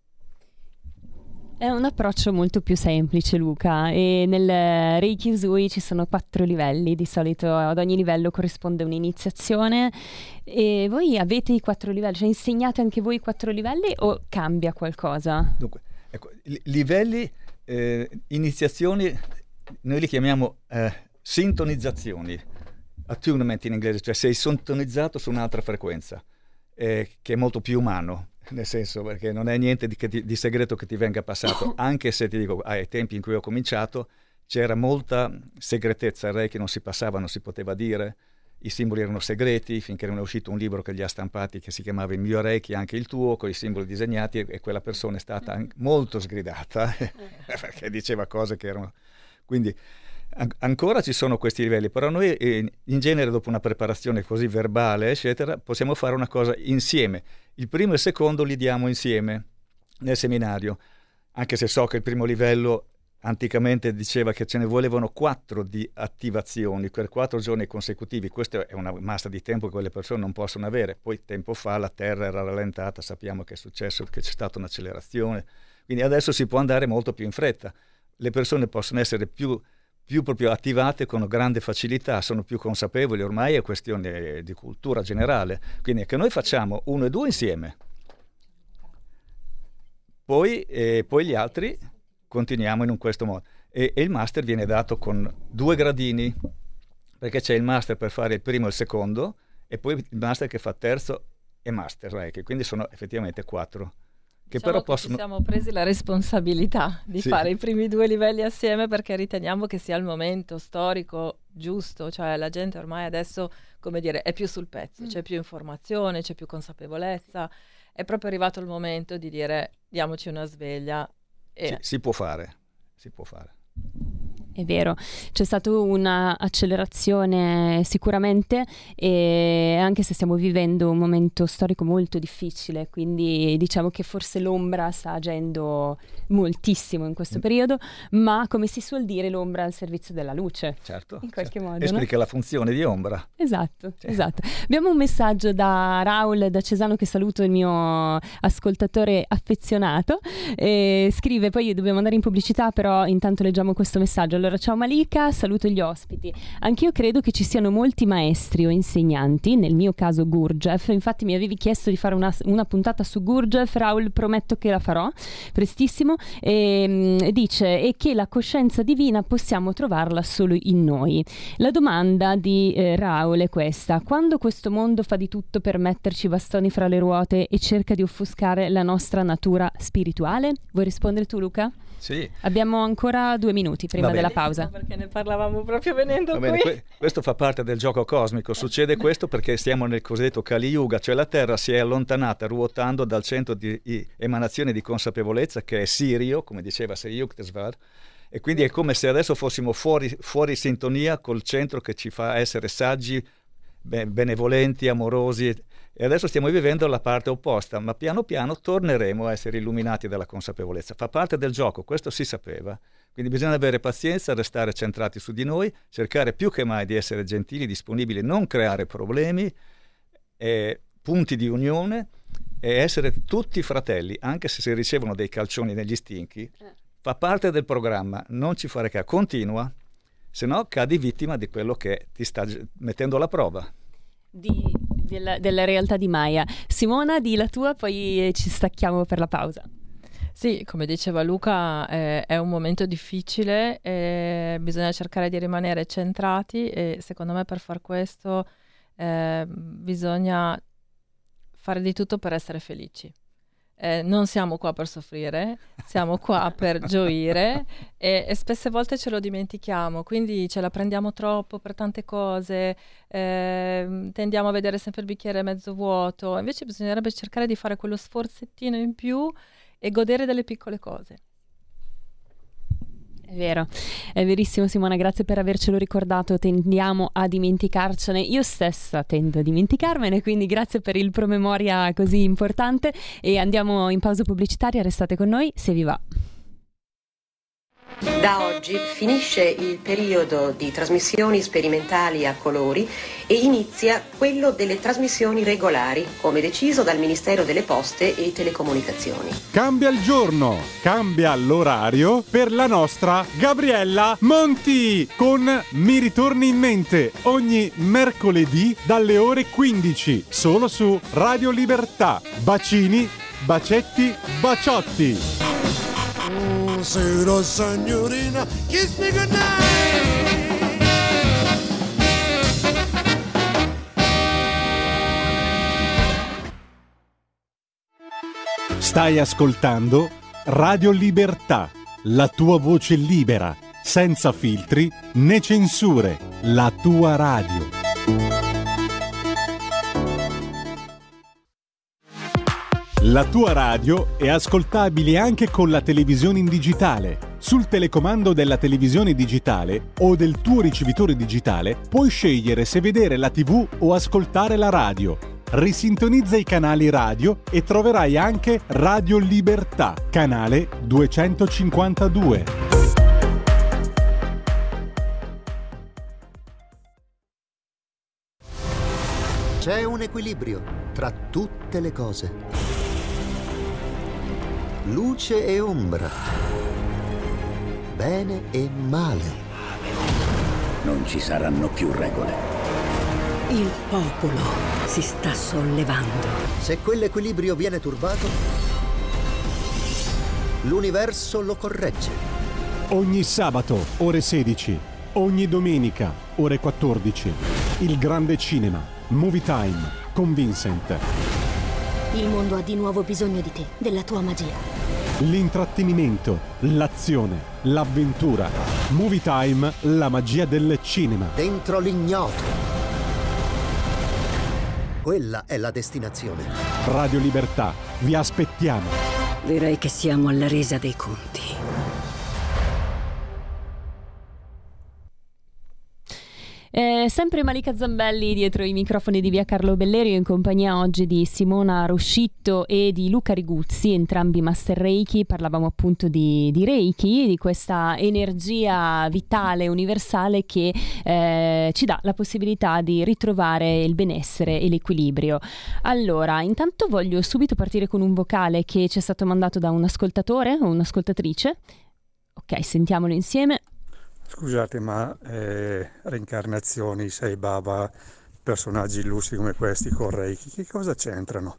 [SPEAKER 2] È un approccio molto più semplice, Luca, e nel Reiki Usui ci sono quattro livelli, di solito ad ogni livello corrisponde un'iniziazione, e voi avete i quattro livelli, cioè insegnate anche voi i quattro livelli o cambia qualcosa?
[SPEAKER 4] Dunque, ecco, livelli, eh, iniziazioni, noi li chiamiamo eh, sintonizzazioni, attunement in inglese, cioè sei sintonizzato su un'altra frequenza, eh, che è molto più umano. Nel senso, perché non è niente di, di, di segreto che ti venga passato, anche se ti dico, ai tempi in cui ho cominciato c'era molta segretezza, il Reiki non si passava, non si poteva dire, i simboli erano segreti, finché non è uscito un libro che li ha stampati che si chiamava Il mio Reiki, anche il tuo, con i simboli disegnati, e, e quella persona è stata an- molto sgridata perché diceva cose che erano... Quindi an- ancora ci sono questi livelli, però noi eh, in genere dopo una preparazione così verbale, eccetera, possiamo fare una cosa insieme. Il primo e il secondo li diamo insieme nel seminario, anche se so che il primo livello anticamente diceva che ce ne volevano quattro di attivazioni per quattro giorni consecutivi. Questa è una massa di tempo che quelle persone non possono avere. Poi tempo fa la Terra era rallentata, sappiamo che è successo, che c'è stata un'accelerazione, quindi adesso si può andare molto più in fretta. Le persone possono essere più più proprio attivate con grande facilità, sono più consapevoli, ormai è questione di cultura generale, quindi è che noi facciamo uno e due insieme, poi, eh, poi gli altri continuiamo in questo modo, e, e il master viene dato con due gradini, perché c'è il master per fare il primo e il secondo e poi il master che fa terzo e master Reiki, quindi sono effettivamente quattro. Che
[SPEAKER 3] Diciamo
[SPEAKER 4] però
[SPEAKER 3] che
[SPEAKER 4] possono...
[SPEAKER 3] ci siamo presi la responsabilità di
[SPEAKER 4] Sì.
[SPEAKER 3] fare i primi due livelli assieme perché riteniamo che sia il momento storico giusto, cioè la gente ormai adesso, come dire, è più sul pezzo, mm. c'è più informazione, c'è più consapevolezza, è proprio arrivato il momento di dire diamoci una sveglia. E...
[SPEAKER 4] Sì, si può fare, si può fare.
[SPEAKER 2] È vero, c'è stata una accelerazione sicuramente, e anche se stiamo vivendo un momento storico molto difficile, quindi diciamo che forse l'ombra sta agendo moltissimo in questo periodo, ma come si suol dire l'ombra al servizio della luce.
[SPEAKER 4] Certo.
[SPEAKER 2] In qualche
[SPEAKER 4] certo.
[SPEAKER 2] modo.
[SPEAKER 4] Esplica
[SPEAKER 2] no?
[SPEAKER 4] la funzione di ombra.
[SPEAKER 2] Esatto,
[SPEAKER 4] sì.
[SPEAKER 2] esatto. Abbiamo un messaggio da Raul da Cesano, che saluto, il mio ascoltatore affezionato. E scrive, poi dobbiamo andare in pubblicità, però intanto leggiamo questo messaggio. Allora, ciao Malika, saluto gli ospiti. Anch'io credo che ci siano molti maestri o insegnanti, nel mio caso Gurdjieff. Infatti mi avevi chiesto di fare una, una puntata su Gurdjieff, Raul, prometto che la farò prestissimo. E, e dice e che la coscienza divina possiamo trovarla solo in noi. La domanda di eh, Raul è questa: quando questo mondo fa di tutto per metterci bastoni fra le ruote e cerca di offuscare la nostra natura spirituale? Vuoi rispondere tu, Luca?
[SPEAKER 4] Sì.
[SPEAKER 2] Abbiamo ancora due minuti prima della pausa.
[SPEAKER 3] Perché ne parlavamo proprio venendo
[SPEAKER 4] Va
[SPEAKER 3] qui.
[SPEAKER 4] bene, que- questo fa parte del gioco cosmico. Succede questo perché siamo nel cosiddetto Kali Yuga, cioè la Terra si è allontanata ruotando dal centro di, di emanazione di consapevolezza, che è Sirio, come diceva Sri Yukteswar, e quindi è come se adesso fossimo fuori, fuori sintonia col centro che ci fa essere saggi, be- benevolenti, amorosi. E adesso stiamo vivendo la parte opposta, ma piano piano torneremo a essere illuminati dalla consapevolezza. Fa parte del gioco, questo si sapeva. Quindi bisogna avere pazienza, restare centrati su di noi, cercare più che mai di essere gentili, disponibili, non creare problemi, eh, punti di unione, e essere tutti fratelli, anche se si ricevono dei calcioni negli stinchi. Fa parte del programma, non ci fare caso, continua, se no cadi vittima di quello che ti sta mettendo alla prova.
[SPEAKER 2] Di, della, della realtà di Maya. Simona, di la tua, poi ci stacchiamo per la pausa.
[SPEAKER 3] Sì, come diceva Luca, eh, è un momento difficile, eh, bisogna cercare di rimanere centrati e secondo me per far questo eh, bisogna fare di tutto per essere felici. Eh, non siamo qua per soffrire, siamo qua per gioire e, e spesse volte ce lo dimentichiamo, quindi ce la prendiamo troppo per tante cose, eh, tendiamo a vedere sempre il bicchiere mezzo vuoto, invece bisognerebbe cercare di fare quello sforzettino in più e godere delle piccole cose.
[SPEAKER 2] È vero, è verissimo Simona, grazie per avercelo ricordato, tendiamo a dimenticarcene, io stessa tendo a dimenticarmene, quindi grazie per il promemoria così importante e andiamo in pausa pubblicitaria, restate con noi se vi va.
[SPEAKER 5] Da oggi finisce il periodo di trasmissioni sperimentali a colori e inizia quello delle trasmissioni regolari, come deciso dal Ministero delle Poste e Telecomunicazioni.
[SPEAKER 1] Cambia il giorno, cambia l'orario per la nostra Gabriella Monti con Mi ritorni in mente ogni mercoledì dalle ore quindici, solo su Radio Libertà. Bacini, bacetti, baciotti.
[SPEAKER 6] Buonasera signorina, kiss me goodnight.
[SPEAKER 1] Stai ascoltando Radio Libertà, la tua voce libera, senza filtri né censure, la tua radio. La tua radio è ascoltabile anche con la televisione in digitale. Sul telecomando della televisione digitale o del tuo ricevitore digitale puoi scegliere se vedere la tivù o ascoltare la radio. Risintonizza i canali radio e troverai anche Radio Libertà, canale duecentocinquantadue.
[SPEAKER 7] C'è un equilibrio tra tutte le cose. Luce e ombra, bene e male.
[SPEAKER 8] Non ci saranno più regole.
[SPEAKER 9] Il popolo si sta sollevando.
[SPEAKER 7] Se quell'equilibrio viene turbato, l'universo lo corregge.
[SPEAKER 1] Ogni sabato, ore sedici. Ogni domenica, ore quattordici. Il grande cinema, Movie Time con Vincent.
[SPEAKER 10] Il mondo ha di nuovo bisogno di te, della tua magia.
[SPEAKER 1] L'intrattenimento, l'azione, l'avventura. Movie Time, la magia del cinema.
[SPEAKER 7] Dentro l'ignoto. Quella è la destinazione.
[SPEAKER 1] Radio Libertà, vi aspettiamo.
[SPEAKER 9] Direi che siamo alla resa dei conti.
[SPEAKER 2] Eh, sempre Malika Zambelli dietro i microfoni di Via Carlo Bellerio, in compagnia oggi di Simona Roscitto e di Luca Riguzzi, entrambi Master Reiki. Parlavamo appunto di, di Reiki, di questa energia vitale, universale che eh, ci dà la possibilità di ritrovare il benessere e l'equilibrio. Allora, intanto voglio subito partire con un vocale che ci è stato mandato da un ascoltatore o un'ascoltatrice. Ok, sentiamolo insieme.
[SPEAKER 11] Scusate, ma eh, reincarnazioni, Sai Baba, personaggi illustri come questi con Reiki, che cosa c'entrano?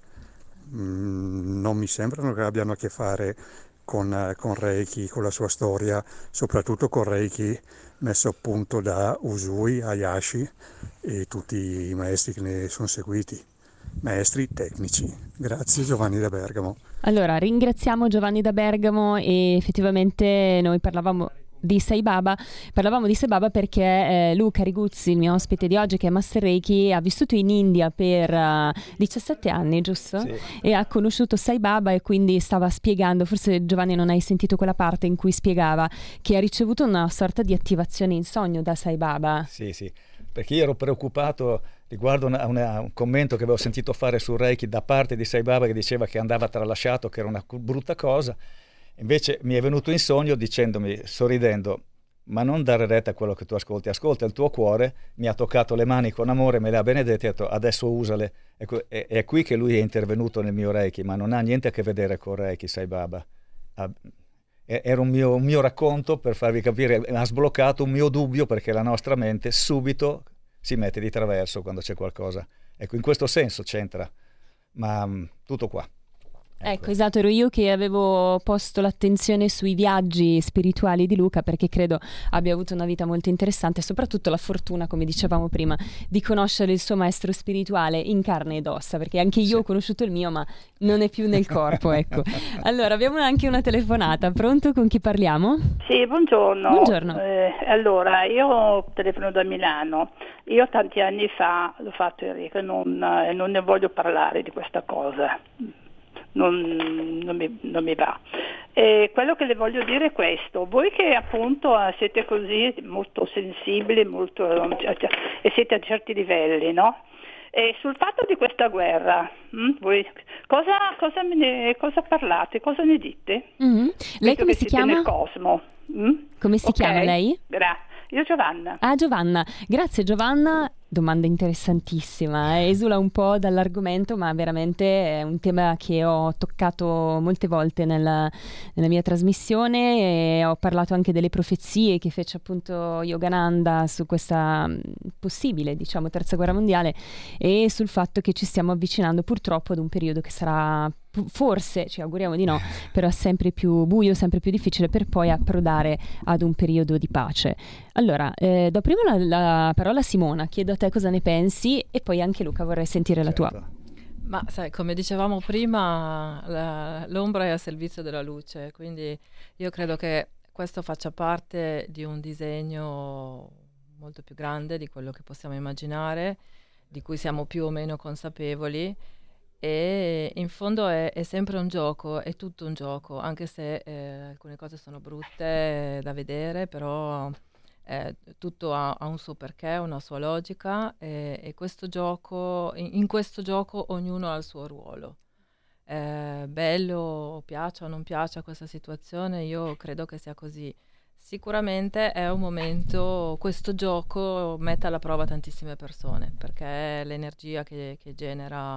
[SPEAKER 11] Mm, non mi sembrano che abbiano a che fare con, con Reiki, con la sua storia, soprattutto con Reiki messo a punto da Usui, Hayashi e tutti i maestri che ne sono seguiti. Maestri tecnici. Grazie, Giovanni da Bergamo.
[SPEAKER 2] Allora, ringraziamo Giovanni da Bergamo e effettivamente noi parlavamo di Sai Baba, parlavamo di Sai Baba perché eh, Luca Riguzzi, il mio ospite di oggi, che è Master Reiki, ha vissuto in India per uh, diciassette anni, giusto?
[SPEAKER 4] Sì.
[SPEAKER 2] E ha conosciuto Sai Baba e quindi stava spiegando, forse Giovanni non hai sentito quella parte in cui spiegava che ha ricevuto una sorta di attivazione in sogno da Sai Baba.
[SPEAKER 4] Sì, sì, perché io ero preoccupato riguardo una, una, un commento che avevo sentito fare su Reiki da parte di Sai Baba, che diceva che andava tralasciato, che era una brutta cosa. Invece mi è venuto in sogno dicendomi, sorridendo, ma non dare retta a quello che tu ascolti, ascolta il tuo cuore. Mi ha toccato le mani con amore, me le ha benedette e ha detto adesso usale. Ecco, è, è qui che lui è intervenuto nel mio Reiki, ma non ha niente a che vedere con Reiki, Sai Baba. Ha, era un mio, un mio racconto per farvi capire, ha sbloccato un mio dubbio, perché la nostra mente subito si mette di traverso quando c'è qualcosa. Ecco, in questo senso c'entra, ma mh, tutto qua.
[SPEAKER 2] Ecco, esatto, ero io che avevo posto l'attenzione sui viaggi spirituali di Luca, perché credo abbia avuto una vita molto interessante e soprattutto la fortuna, come dicevamo prima, di conoscere il suo maestro spirituale in carne ed ossa, perché anche io sì. ho conosciuto il mio, ma non è più nel corpo, ecco. Allora, abbiamo anche una telefonata. Pronto? Con chi parliamo?
[SPEAKER 12] Sì, buongiorno.
[SPEAKER 2] Buongiorno.
[SPEAKER 12] Eh, allora, io telefono da Milano. Io tanti anni fa l'ho fatto Enrico e non, eh, non ne voglio parlare di questa cosa. Non, non, mi, non mi va. E quello che le voglio dire è questo: voi che appunto siete così molto sensibili, molto, e siete a certi livelli, no? E sul fatto di questa guerra, hm, voi cosa, cosa, me ne, cosa parlate, cosa ne dite?
[SPEAKER 2] Mm-hmm. Lei come si chiama?
[SPEAKER 12] Nel cosmo. Hm?
[SPEAKER 2] Come si
[SPEAKER 12] okay.
[SPEAKER 2] chiama lei?
[SPEAKER 12] Grazie. Io Giovanna.
[SPEAKER 2] Ah, Giovanna. Grazie Giovanna. Domanda interessantissima, eh? Esula un po' dall'argomento, ma veramente è un tema che ho toccato molte volte nella, nella mia trasmissione, e ho parlato anche delle profezie che fece appunto Yogananda su questa possibile, diciamo, terza guerra mondiale, e sul fatto che ci stiamo avvicinando purtroppo ad un periodo che sarà, forse, ci auguriamo di no, però sempre più buio, sempre più difficile, per poi approdare ad un periodo di pace. Allora, eh, do prima la, la parola a Simona, chiedo a te cosa ne pensi, e poi anche Luca vorrei sentire
[SPEAKER 4] certo.
[SPEAKER 2] la tua.
[SPEAKER 3] Ma sai, come dicevamo prima, la, l'ombra è a servizio della luce, quindi io credo che questo faccia parte di un disegno molto più grande di quello che possiamo immaginare, di cui siamo più o meno consapevoli. E in fondo è, è sempre un gioco, è tutto un gioco, anche se eh, alcune cose sono brutte da vedere, però eh, tutto ha, ha un suo perché, una sua logica, e, e questo gioco, in, in questo gioco ognuno ha il suo ruolo. Eh, bello, piaccia o non piaccia questa situazione, io credo che sia così. Sicuramente è un momento, questo gioco mette alla prova tantissime persone, perché l'energia che, che genera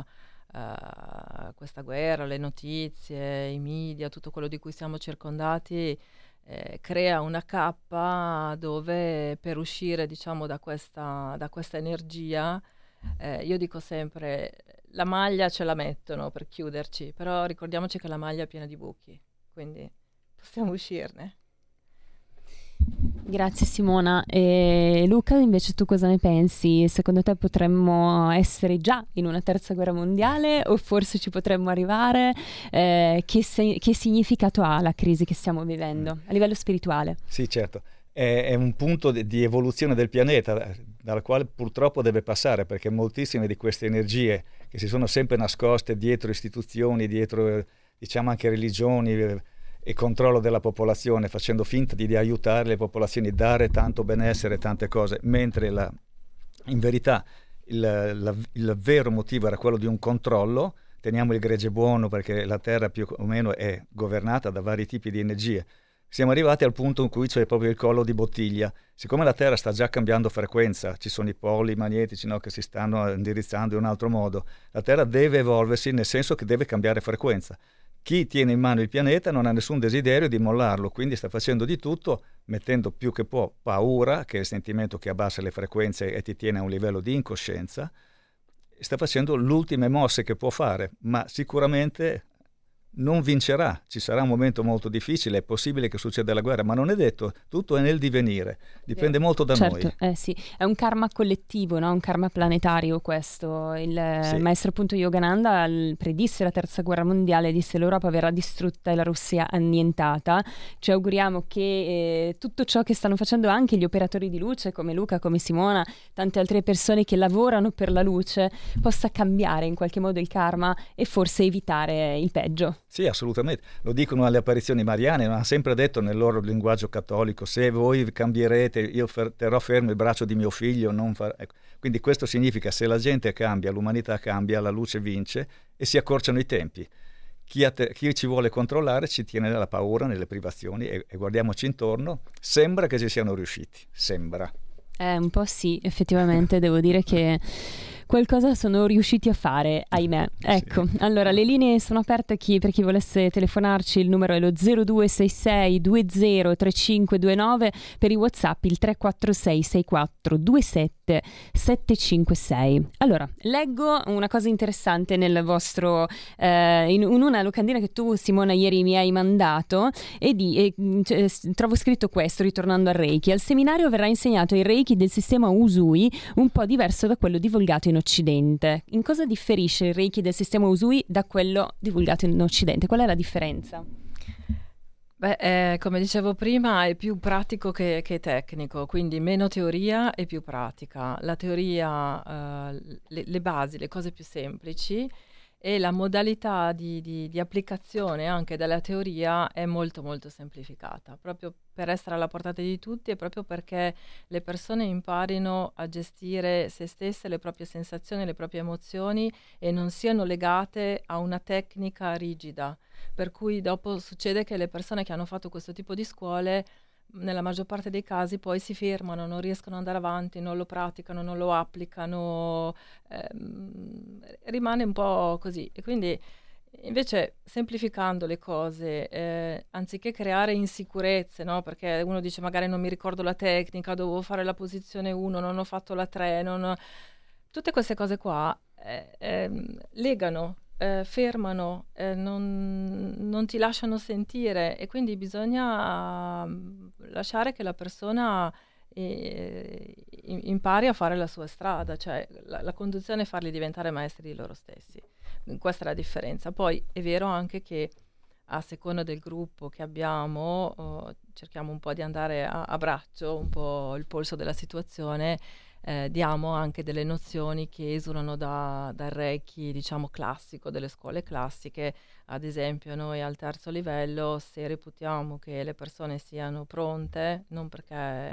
[SPEAKER 3] Uh, questa guerra, le notizie, i media, tutto quello di cui siamo circondati, eh, crea una cappa dove per uscire, diciamo, da questa, da questa energia, eh, io dico sempre, la maglia ce la mettono per chiuderci, però ricordiamoci che la maglia è piena di buchi, quindi possiamo uscirne.
[SPEAKER 2] Grazie Simona. E Luca, invece tu cosa ne pensi? Secondo te potremmo essere già in una terza guerra mondiale o forse ci potremmo arrivare? Eh, che, se- che significato ha la crisi che stiamo vivendo a livello spirituale?
[SPEAKER 4] Sì, certo. È, è un punto di, di evoluzione del pianeta dal quale purtroppo deve passare, perché moltissime di queste energie che si sono sempre nascoste dietro istituzioni, dietro diciamo anche religioni e controllo della popolazione, facendo finta di, di aiutare le popolazioni, dare tanto benessere, tante cose, mentre la, in verità il, la, il vero motivo era quello di un controllo. Teniamo il gregge buono perché la Terra più o meno è governata da vari tipi di energie. Siamo arrivati al punto in cui c'è proprio il collo di bottiglia. Siccome la Terra sta già cambiando frequenza, ci sono i poli magnetici, no, che si stanno indirizzando in un altro modo, la Terra deve evolversi, nel senso che deve cambiare frequenza. Chi tiene in mano il pianeta non ha nessun desiderio di mollarlo, quindi sta facendo di tutto, mettendo più che può paura, che è il sentimento che abbassa le frequenze e ti tiene a un livello di incoscienza. Sta facendo le ultime mosse che può fare, ma sicuramente non vincerà. Ci sarà un momento molto difficile, è possibile che succeda la guerra, ma non è detto, tutto è nel divenire, dipende molto da
[SPEAKER 2] certo,
[SPEAKER 4] noi.
[SPEAKER 2] Eh sì, è un karma collettivo, no? Un karma planetario questo. Il sì. maestro appunto Yogananda predisse la terza guerra mondiale, disse l'Europa verrà distrutta e la Russia annientata. Ci auguriamo che eh, tutto ciò che stanno facendo anche gli operatori di luce come Luca, come Simona, tante altre persone che lavorano per la luce, possa cambiare in qualche modo il karma e forse evitare il peggio.
[SPEAKER 4] Sì, assolutamente. Lo dicono alle apparizioni mariane, ma ha sempre detto nel loro linguaggio cattolico: se voi cambierete, io fer- terrò fermo il braccio di mio figlio. Non far... ecco. Quindi questo significa, se la gente cambia, l'umanità cambia, la luce vince e si accorciano i tempi. Chi, te- chi ci vuole controllare ci tiene nella paura, nelle privazioni e-, e guardiamoci intorno. Sembra che ci siano riusciti, sembra.
[SPEAKER 2] Eh, un po' sì, effettivamente devo dire che qualcosa sono riusciti a fare, ahimè. Ecco, sì. Allora le linee sono aperte chi, per chi volesse telefonarci, il numero è lo zero due sei sei due zero tre cinque due nove, per i WhatsApp il tre quattro sei sei quattro due sette sette cinque sei. Allora, leggo una cosa interessante nel vostro eh, in, in una locandina che tu, Simona, ieri mi hai mandato e, di, e cioè, trovo scritto questo, ritornando al Reiki: al seminario verrà insegnato il Reiki del sistema Usui, un po' diverso da quello divulgato in Occidente. In cosa differisce il Reiki del sistema Usui da quello divulgato in Occidente? Qual è la differenza?
[SPEAKER 3] Beh, eh, come dicevo prima, è più pratico che, che tecnico, quindi meno teoria e più pratica. La teoria, eh, le, le basi, le cose più semplici, e la modalità di, di, di applicazione anche della teoria è molto molto semplificata, proprio per essere alla portata di tutti e proprio perché le persone imparino a gestire se stesse, le proprie sensazioni, le proprie emozioni e non siano legate a una tecnica rigida. Per cui dopo succede che le persone che hanno fatto questo tipo di scuole nella maggior parte dei casi poi si fermano, non riescono ad andare avanti, non lo praticano, non lo applicano, ehm, rimane un po' così. E quindi invece semplificando le cose, eh, anziché creare insicurezze, no? Perché uno dice magari non mi ricordo la tecnica, dovevo fare la posizione uno, non ho fatto la tre, non ho... tutte queste cose qua eh, eh, legano. Eh, fermano, eh, non, non ti lasciano sentire e quindi bisogna uh, lasciare che la persona eh, impari a fare la sua strada, cioè la, la conduzione è farli diventare maestri di loro stessi. Questa è la differenza. Poi è vero anche che a seconda del gruppo che abbiamo oh, cerchiamo un po' di andare a, a braccio, un po' il polso della situazione. Eh, diamo anche delle nozioni che esulano da, dal Reiki, diciamo, classico, delle scuole classiche. Ad esempio noi al terzo livello, se reputiamo che le persone siano pronte, non perché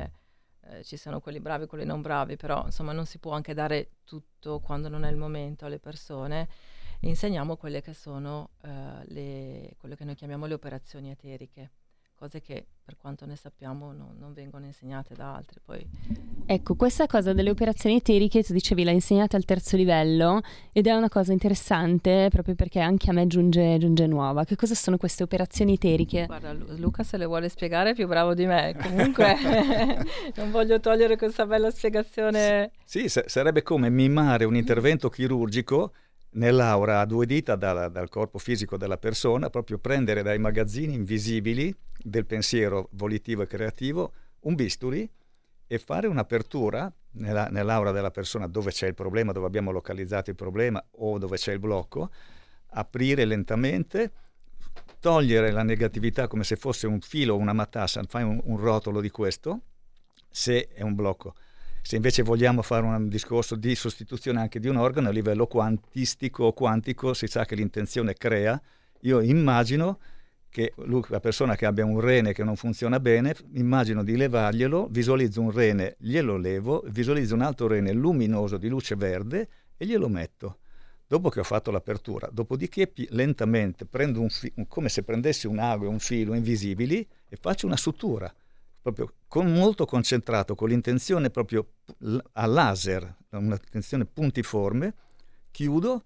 [SPEAKER 3] eh, ci siano quelli bravi e quelli non bravi, però insomma non si può anche dare tutto quando non è il momento alle persone, insegniamo quelle che sono eh, le, quello che noi chiamiamo le operazioni eteriche, cose che per quanto ne sappiamo no, non vengono insegnate da altri. Poi
[SPEAKER 2] ecco, questa cosa delle operazioni eteriche, tu dicevi, l'ha insegnata al terzo livello ed è una cosa interessante proprio perché anche a me giunge, giunge nuova. Che cosa sono queste operazioni eteriche?
[SPEAKER 3] Guarda, Luca se le vuole spiegare è più bravo di me, comunque non voglio togliere questa bella spiegazione.
[SPEAKER 4] Sì, sì, sarebbe come mimare un intervento chirurgico nell'aura a due dita dal, dal corpo fisico della persona, proprio prendere dai magazzini invisibili del pensiero volitivo e creativo un bisturi e fare un'apertura nella, nell'aura della persona dove c'è il problema, dove abbiamo localizzato il problema o dove c'è il blocco, aprire lentamente, togliere la negatività come se fosse un filo o una matassa, fai un, un rotolo di questo, se è un blocco. Se invece vogliamo fare un discorso di sostituzione anche di un organo a livello quantistico o quantico, si sa che l'intenzione crea. Io immagino che lui, la persona che abbia un rene che non funziona bene, immagino di levarglielo, visualizzo un rene, glielo levo, visualizzo un altro rene luminoso di luce verde e glielo metto. Dopo che ho fatto l'apertura, dopodiché pi- lentamente prendo un fi- come se prendessi un ago e un filo invisibili e faccio una sutura, proprio con molto concentrato, con l'intenzione proprio a laser, un'attenzione puntiforme, chiudo,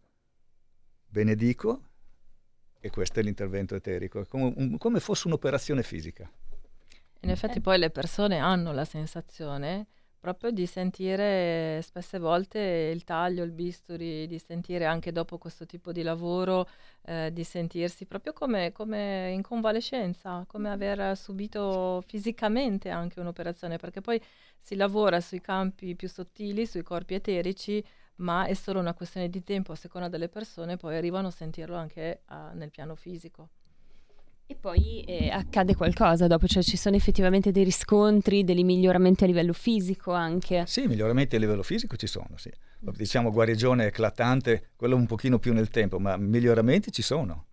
[SPEAKER 4] benedico e questo è l'intervento eterico, è come, un, come fosse un'operazione fisica.
[SPEAKER 3] In effetti poi le persone hanno la sensazione proprio di sentire spesse volte il taglio, il bisturi, di sentire anche dopo questo tipo di lavoro, eh, di sentirsi proprio come, come in convalescenza, come aver subito fisicamente anche un'operazione, perché poi si lavora sui campi più sottili, sui corpi eterici, ma è solo una questione di tempo a seconda delle persone, poi arrivano a sentirlo anche uh, nel piano fisico.
[SPEAKER 2] E poi eh, accade qualcosa dopo, cioè ci sono effettivamente dei riscontri, dei miglioramenti a livello fisico anche?
[SPEAKER 4] Sì, miglioramenti a livello fisico ci sono, sì. Diciamo guarigione eclatante, quello un pochino più nel tempo, ma miglioramenti ci sono.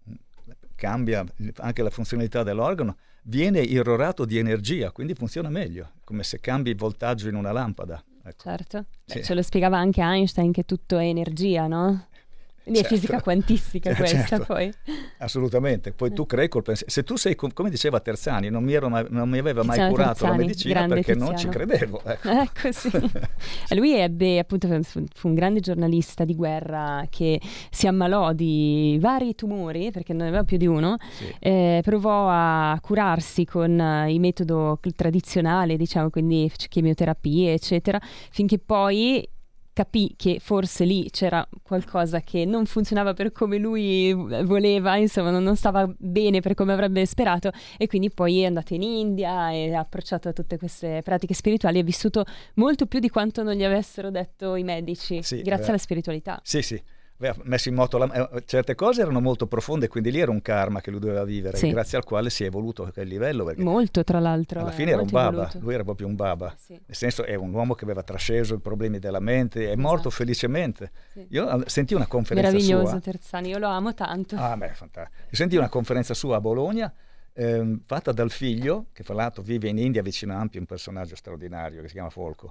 [SPEAKER 4] Cambia anche la funzionalità dell'organo, viene irrorato di energia, quindi funziona meglio, come se cambi il voltaggio in una lampada. Ecco.
[SPEAKER 2] Certo,
[SPEAKER 4] sì.
[SPEAKER 2] Beh, ce lo spiegava anche Einstein che tutto è energia, no? Quindi certo. È fisica quantistica questa,
[SPEAKER 4] certo.
[SPEAKER 2] Poi.
[SPEAKER 4] Assolutamente. Poi tu crei col pensiero. Se tu sei, come diceva Terzani, non mi, ero mai, non mi aveva mai
[SPEAKER 2] Tiziano
[SPEAKER 4] curato
[SPEAKER 2] Terzani,
[SPEAKER 4] la medicina perché
[SPEAKER 2] Tiziano.
[SPEAKER 4] non ci credevo. Ecco,
[SPEAKER 2] ecco sì. Lui ebbe, appunto, fu, fu un grande giornalista di guerra che si ammalò di vari tumori, perché non ne aveva più di uno, sì. eh, provò a curarsi con uh, il metodo tradizionale, diciamo, quindi chemioterapie, eccetera, finché poi capì che forse lì c'era qualcosa che non funzionava per come lui voleva, insomma non stava bene per come avrebbe sperato, e quindi poi è andato in India e ha approcciato a tutte queste pratiche spirituali e ha vissuto molto più di quanto non gli avessero detto i medici, sì, grazie eh, alla spiritualità.
[SPEAKER 4] Sì, sì. Aveva messo in moto la, eh, certe cose erano molto profonde, quindi lì era un karma che lui doveva vivere, sì. Grazie al quale si è evoluto a quel livello,
[SPEAKER 2] molto, tra l'altro
[SPEAKER 4] alla fine era un baba,
[SPEAKER 2] evoluto.
[SPEAKER 4] Lui era proprio un baba,
[SPEAKER 2] sì.
[SPEAKER 4] Nel senso è un uomo che aveva trasceso i problemi della mente, è esatto. morto felicemente, sì. Io sentì una conferenza
[SPEAKER 2] meraviglioso
[SPEAKER 4] sua,
[SPEAKER 2] Terzani, io lo amo tanto.
[SPEAKER 4] Ah beh, fantastico. Sentì una conferenza sua a Bologna ehm, fatta dal figlio, che fra l'altro vive in India vicino a Ampi, un personaggio straordinario che si chiama Folco.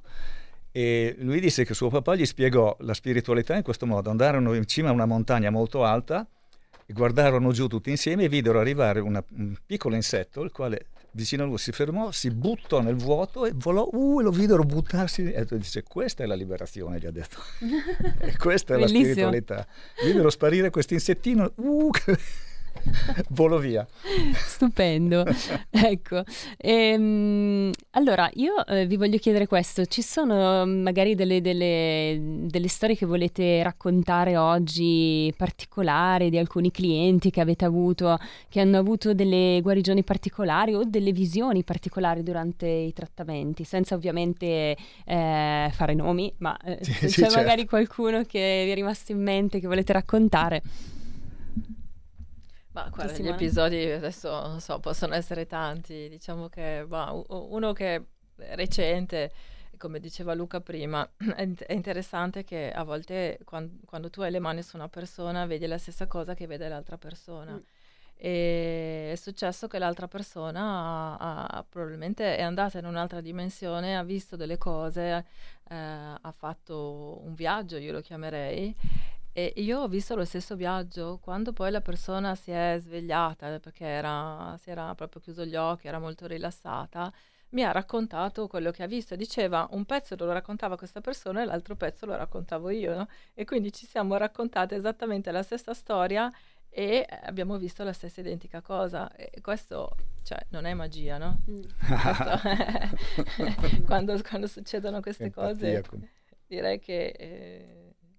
[SPEAKER 4] E lui disse che suo papà gli spiegò la spiritualità in questo modo: andarono in cima a una montagna molto alta e guardarono giù tutti insieme e videro arrivare una, un piccolo insetto, il quale vicino a lui si fermò, si buttò nel vuoto e volò, uh, e lo videro buttarsi, e dice: questa è la liberazione, gli ha detto. E questa è la spiritualità. Videro sparire questo insettino, uh, volo via.
[SPEAKER 2] Stupendo. Ecco, ehm, allora io eh, vi voglio chiedere questo: ci sono magari delle, delle, delle storie che volete raccontare oggi particolari di alcuni clienti che avete avuto, che hanno avuto delle guarigioni particolari o delle visioni particolari durante i trattamenti, senza ovviamente eh, fare nomi, ma eh,
[SPEAKER 4] sì,
[SPEAKER 2] se
[SPEAKER 4] sì,
[SPEAKER 2] c'è
[SPEAKER 4] certo.
[SPEAKER 2] magari qualcuno che vi è rimasto in mente che volete raccontare.
[SPEAKER 3] Ma guarda, gli episodi adesso non so, possono essere tanti, diciamo che bah, uno che è recente, come diceva Luca prima, è interessante che a volte quando, quando tu hai le mani su una persona vedi la stessa cosa che vede l'altra persona. Mm. E è successo che l'altra persona ha, ha, probabilmente è andata in un'altra dimensione, ha visto delle cose, eh, ha fatto un viaggio, io lo chiamerei. E io ho visto lo stesso viaggio quando poi la persona si è svegliata, perché era, si era proprio chiuso gli occhi, era molto rilassata, mi ha raccontato quello che ha visto. Diceva, un pezzo lo raccontava questa persona e l'altro pezzo lo raccontavo io, no? E quindi ci siamo raccontate esattamente la stessa storia e abbiamo visto la stessa identica cosa. E questo, cioè, non è magia, no? Mm. È... quando, quando succedono queste cose, direi che... Eh,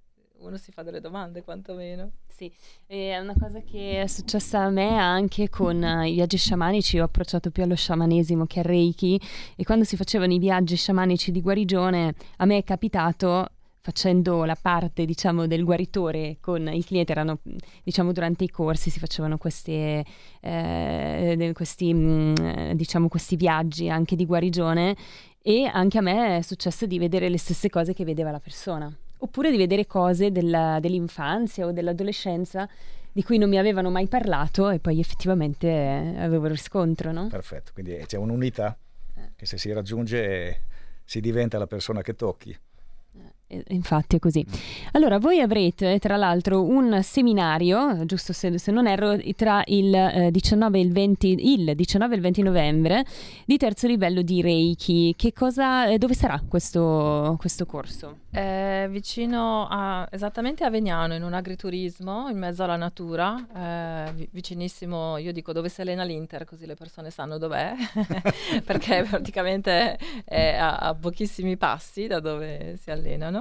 [SPEAKER 3] uno si fa delle domande quantomeno.
[SPEAKER 2] Sì, è una cosa che è successa a me anche con uh, i viaggi sciamanici. Ho approcciato più allo sciamanesimo che al Reiki, e quando si facevano i viaggi sciamanici di guarigione a me è capitato, facendo la parte diciamo del guaritore con il cliente, erano diciamo durante i corsi si facevano queste, eh, questi mh, diciamo questi viaggi anche di guarigione, e anche a me è successo di vedere le stesse cose che vedeva la persona, oppure di vedere cose della, dell'infanzia o dell'adolescenza di cui non mi avevano mai parlato e poi effettivamente avevo riscontro, no?
[SPEAKER 4] Perfetto, quindi c'è un'unità che se si raggiunge si diventa la persona che tocchi.
[SPEAKER 2] Infatti è così. Allora, voi avrete tra l'altro un seminario, giusto se, se non erro, tra il, eh, diciannove e il venti, il diciannove e il venti novembre, di terzo livello di Reiki. Che cosa, eh, dove sarà questo, questo corso?
[SPEAKER 3] È vicino a, esattamente a Vegnano, in un agriturismo in mezzo alla natura, eh, vicinissimo, io dico dove si allena l'Inter, così le persone sanno dov'è, perché praticamente è a, a pochissimi passi da dove si allenano.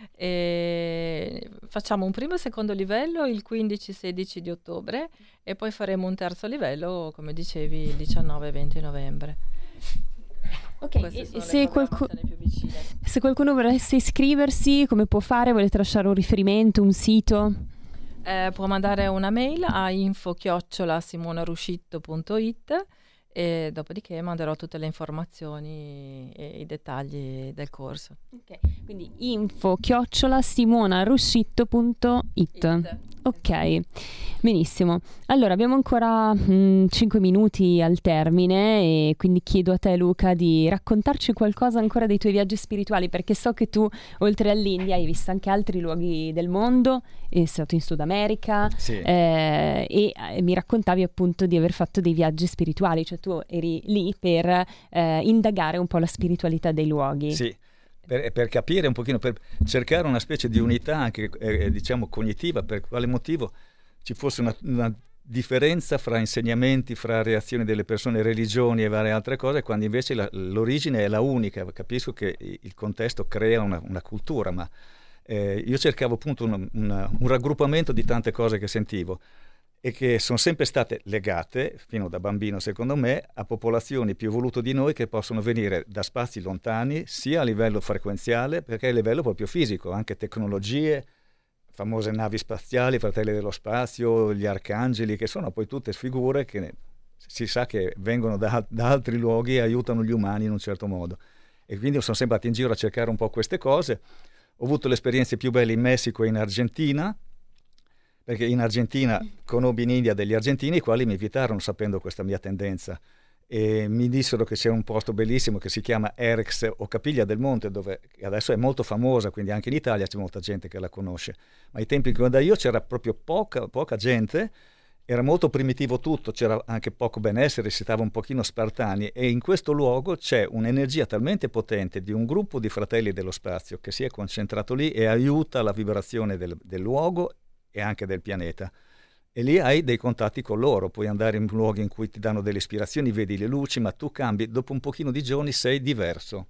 [SPEAKER 3] E facciamo un primo e secondo livello il quindici sedici di ottobre e poi faremo un terzo livello, come dicevi, il diciannove e venti novembre.
[SPEAKER 2] Ok, e, e se, qualcu- se qualcuno volesse iscriversi, come può fare? Volete lasciare un riferimento, un sito?
[SPEAKER 3] Eh, può mandare una mail a info chiocciola simonaruscitto punto it e dopodiché manderò tutte le informazioni e i dettagli del corso.
[SPEAKER 2] Ok, quindi info chiocciola simonaruscitto punto it. Ok, benissimo. Allora abbiamo ancora mh, cinque minuti al termine e quindi chiedo a te, Luca, di raccontarci qualcosa ancora dei tuoi viaggi spirituali, perché so che tu oltre all'India hai visto anche altri luoghi del mondo, sei stato in Sud America,
[SPEAKER 4] sì.
[SPEAKER 2] eh, e eh, mi raccontavi appunto di aver fatto dei viaggi spirituali, cioè tu eri lì per eh, indagare un po' la spiritualità dei luoghi.
[SPEAKER 4] Sì. Per, per capire un pochino, per cercare una specie di unità anche eh, diciamo cognitiva, per quale motivo ci fosse una, una differenza fra insegnamenti, fra reazioni delle persone, religioni e varie altre cose, quando invece la, l'origine è la unica. Capisco che il contesto crea una, una cultura, ma eh, io cercavo appunto una, una, un raggruppamento di tante cose che sentivo e che sono sempre state legate, fino da bambino secondo me, a popolazioni più evolute di noi che possono venire da spazi lontani, sia a livello frequenziale, perché a livello proprio fisico, anche tecnologie, famose navi spaziali, fratelli dello spazio, gli arcangeli, che sono poi tutte figure che si sa che vengono da, da altri luoghi e aiutano gli umani in un certo modo. E quindi sono sempre andato in giro a cercare un po' queste cose. Ho avuto le esperienze più belle in Messico e in Argentina, perché in Argentina conobbi in India degli argentini i quali mi invitarono sapendo questa mia tendenza e mi dissero che c'è un posto bellissimo che si chiama Erix o Capiglia del Monte, dove adesso è molto famosa, quindi anche in Italia c'è molta gente che la conosce, ma ai tempi in cui andai io c'era proprio poca, poca gente, era molto primitivo tutto, c'era anche poco benessere, si stava un pochino spartani, e in questo luogo c'è un'energia talmente potente di un gruppo di fratelli dello spazio che si è concentrato lì e aiuta la vibrazione del, del luogo e anche del pianeta, e lì hai dei contatti con loro, puoi andare in luoghi in cui ti danno delle ispirazioni, vedi le luci, ma tu cambi, dopo un pochino di giorni sei diverso,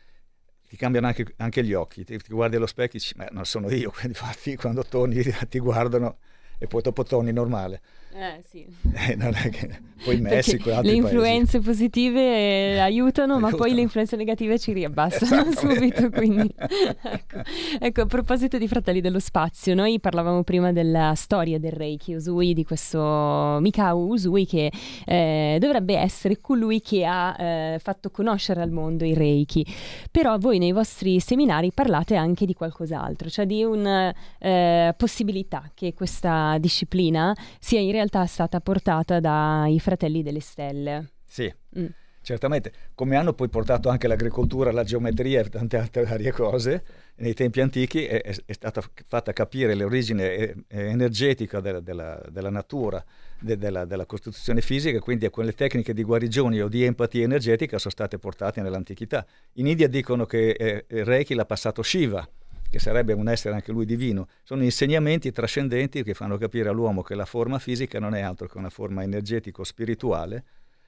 [SPEAKER 4] ti cambiano anche, anche gli occhi, ti, ti guardi allo specchio e dici ma non sono io, quindi infatti quando torni ti guardano e poi dopo torni normale.
[SPEAKER 2] Eh sì.
[SPEAKER 4] Eh, non è che... Poi in Messico e altri
[SPEAKER 2] le influenze
[SPEAKER 4] paesi
[SPEAKER 2] positive eh, aiutano, ma poi le influenze negative ci riabbassano subito. Quindi ecco. ecco, a proposito di Fratelli dello Spazio, noi parlavamo prima della storia del Reiki Usui, di questo Mikao Usui che eh, dovrebbe essere colui che ha eh, fatto conoscere al mondo il Reiki. Però voi nei vostri seminari parlate anche di qualcos'altro, cioè di una eh, possibilità che questa disciplina sia in realtà è stata portata dai Fratelli delle Stelle.
[SPEAKER 4] Sì, mm. certamente, come hanno poi portato anche l'agricoltura, la geometria e tante altre varie cose. Nei tempi antichi è, è stata fatta capire l'origine energetica della, della, della natura, de, della, della costituzione fisica, quindi quelle tecniche di guarigione o di empatia energetica sono state portate nell'antichità. In India dicono che eh, Reiki l'ha passato Shiva, che sarebbe un essere anche lui divino. Sono insegnamenti trascendenti che fanno capire all'uomo che la forma fisica non è altro che una forma energetico-spirituale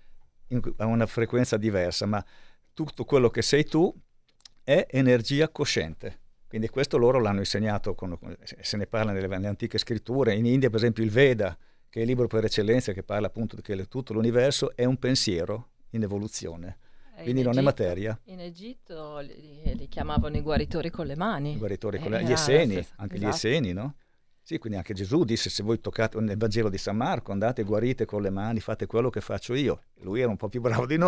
[SPEAKER 4] a una frequenza diversa, ma tutto quello che sei tu è energia cosciente. Quindi questo loro l'hanno insegnato, con, se ne parla nelle, nelle antiche scritture. In India, per esempio, il Veda, che è il libro per eccellenza, che parla appunto che tutto l'universo è un pensiero in evoluzione, quindi
[SPEAKER 3] in
[SPEAKER 4] non
[SPEAKER 3] Egitto,
[SPEAKER 4] è materia.
[SPEAKER 3] In Egitto li, li chiamavano i guaritori con le mani.
[SPEAKER 4] I guaritori con le,
[SPEAKER 3] eh,
[SPEAKER 4] gli esseni,
[SPEAKER 3] stessa,
[SPEAKER 4] anche
[SPEAKER 3] esatto.
[SPEAKER 4] gli esseni, no? Sì, quindi anche Gesù disse: se voi toccate, nel Vangelo di San Marco, andate e guarite con le mani, fate quello che faccio io. Lui era un po' più bravo di noi,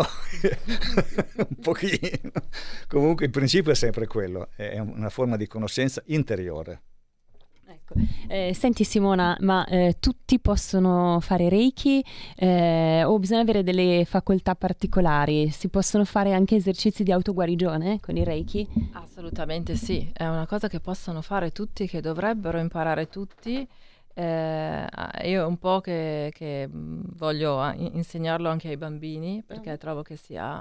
[SPEAKER 4] un pochino. Comunque il principio è sempre quello, è una forma di conoscenza interiore.
[SPEAKER 2] Ecco. Eh, senti Simona, ma eh, tutti possono fare Reiki eh, o bisogna avere delle facoltà particolari? Si possono fare anche esercizi di autoguarigione con il Reiki?
[SPEAKER 3] Assolutamente sì, è una cosa che possono fare tutti, che dovrebbero imparare tutti. Eh, io un po' che, che voglio insegnarlo anche ai bambini, perché mm. trovo che sia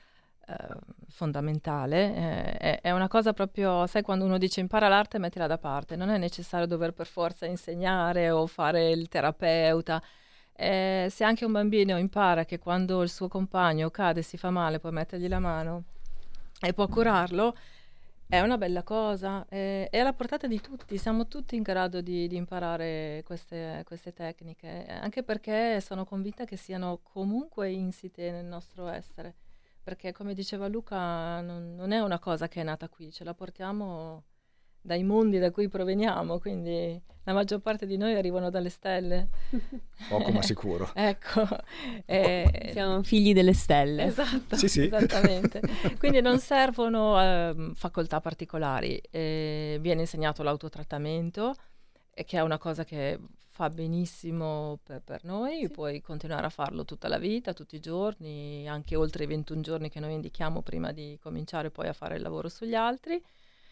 [SPEAKER 3] fondamentale, eh, è, è una cosa proprio, sai, quando uno dice impara l'arte mettila da parte, non è necessario dover per forza insegnare o fare il terapeuta, eh, se anche un bambino impara che quando il suo compagno cade, si fa male, puoi mettergli la mano e può curarlo, è una bella cosa, eh, è alla portata di tutti, siamo tutti in grado di, di imparare queste, queste tecniche, anche perché sono convinta che siano comunque insite nel nostro essere. Perché come diceva Luca non, non è una cosa che è nata qui, ce la portiamo dai mondi da cui proveniamo, quindi la maggior parte di noi arrivano dalle stelle.
[SPEAKER 4] Poco ma sicuro.
[SPEAKER 3] Ecco. Eh,
[SPEAKER 2] Siamo figli delle stelle.
[SPEAKER 3] Esatto,
[SPEAKER 4] sì, sì.
[SPEAKER 3] Esattamente. Quindi non servono eh, facoltà particolari, eh, viene insegnato l'autotrattamento, eh, che è una cosa che fa benissimo per, per noi, sì. Puoi continuare a farlo tutta la vita, tutti i giorni, anche oltre i ventuno giorni che noi indichiamo prima di cominciare poi a fare il lavoro sugli altri.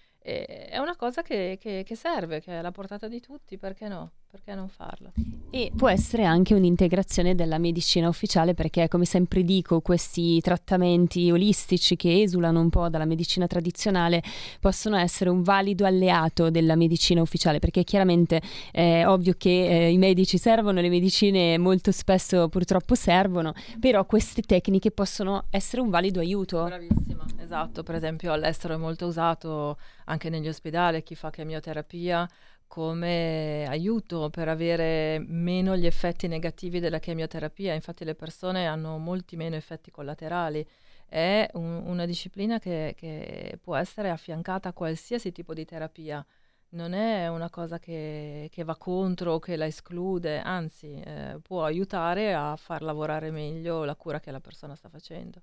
[SPEAKER 3] E è una cosa che, che, che serve, che è alla portata di tutti, perché no? Perché non farlo?
[SPEAKER 2] E può essere anche un'integrazione della medicina ufficiale, perché come sempre dico, questi trattamenti olistici che esulano un po' dalla medicina tradizionale possono essere un valido alleato della medicina ufficiale, perché chiaramente è ovvio che eh, i medici servono, le medicine molto spesso purtroppo servono, però queste tecniche possono essere un valido aiuto.
[SPEAKER 3] Bravissima, esatto. Per esempio all'estero è molto usato anche negli ospedali, chi fa chemioterapia, come aiuto per avere meno gli effetti negativi della chemioterapia. Infatti le persone hanno molti meno effetti collaterali. È un, una disciplina che, che può essere affiancata a qualsiasi tipo di terapia. Non è una cosa che, che va contro o che la esclude, anzi eh, può aiutare a far lavorare meglio la cura che la persona sta facendo.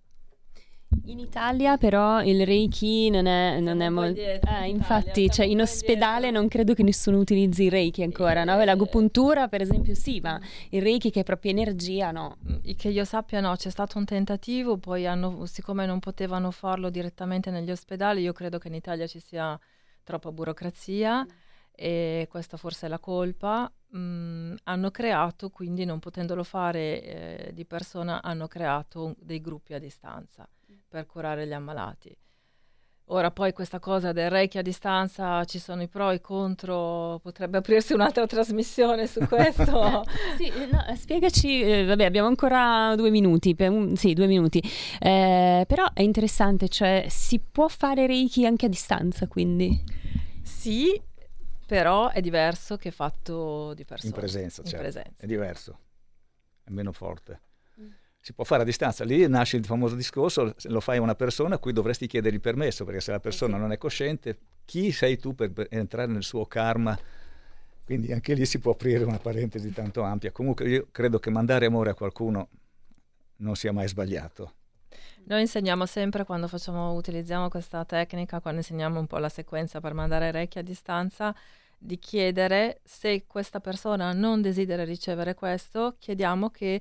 [SPEAKER 2] In Italia però il Reiki non è, non è molto... Eh, infatti, cioè, in ospedale non credo che nessuno utilizzi il Reiki ancora, eh, no? L'agopuntura per esempio sì, ma il Reiki che è proprio energia no.
[SPEAKER 3] Che io sappia no, c'è stato un tentativo, poi hanno, siccome non potevano farlo direttamente negli ospedali, io credo che in Italia ci sia troppa burocrazia, mm. e questa forse è la colpa. Mm, hanno creato, quindi non potendolo fare eh, di persona, hanno creato dei gruppi a distanza per curare gli ammalati. Ora poi questa cosa del Reiki a distanza, ci sono i pro e i contro, potrebbe aprirsi un'altra trasmissione su questo.
[SPEAKER 2] Sì, no, spiegaci, eh, vabbè abbiamo ancora due minuti, per un, sì due minuti, eh, però è interessante, cioè si può fare Reiki anche a distanza quindi?
[SPEAKER 3] Sì, però è diverso che fatto di persona.
[SPEAKER 4] In presenza,
[SPEAKER 3] in
[SPEAKER 4] certo,
[SPEAKER 3] presenza.
[SPEAKER 4] È diverso, è meno forte. Si può fare a distanza, lì nasce il famoso discorso, lo fai a una persona a cui dovresti chiedere il permesso, perché se la persona eh sì. non è cosciente, chi sei tu per, per entrare nel suo karma? Quindi anche lì si può aprire una parentesi tanto ampia. Comunque io credo che mandare amore a qualcuno non sia mai sbagliato.
[SPEAKER 3] Noi insegniamo sempre, quando facciamo, utilizziamo questa tecnica, quando insegniamo un po' la sequenza per mandare Reiki a distanza, di chiedere se questa persona non desidera ricevere questo, chiediamo che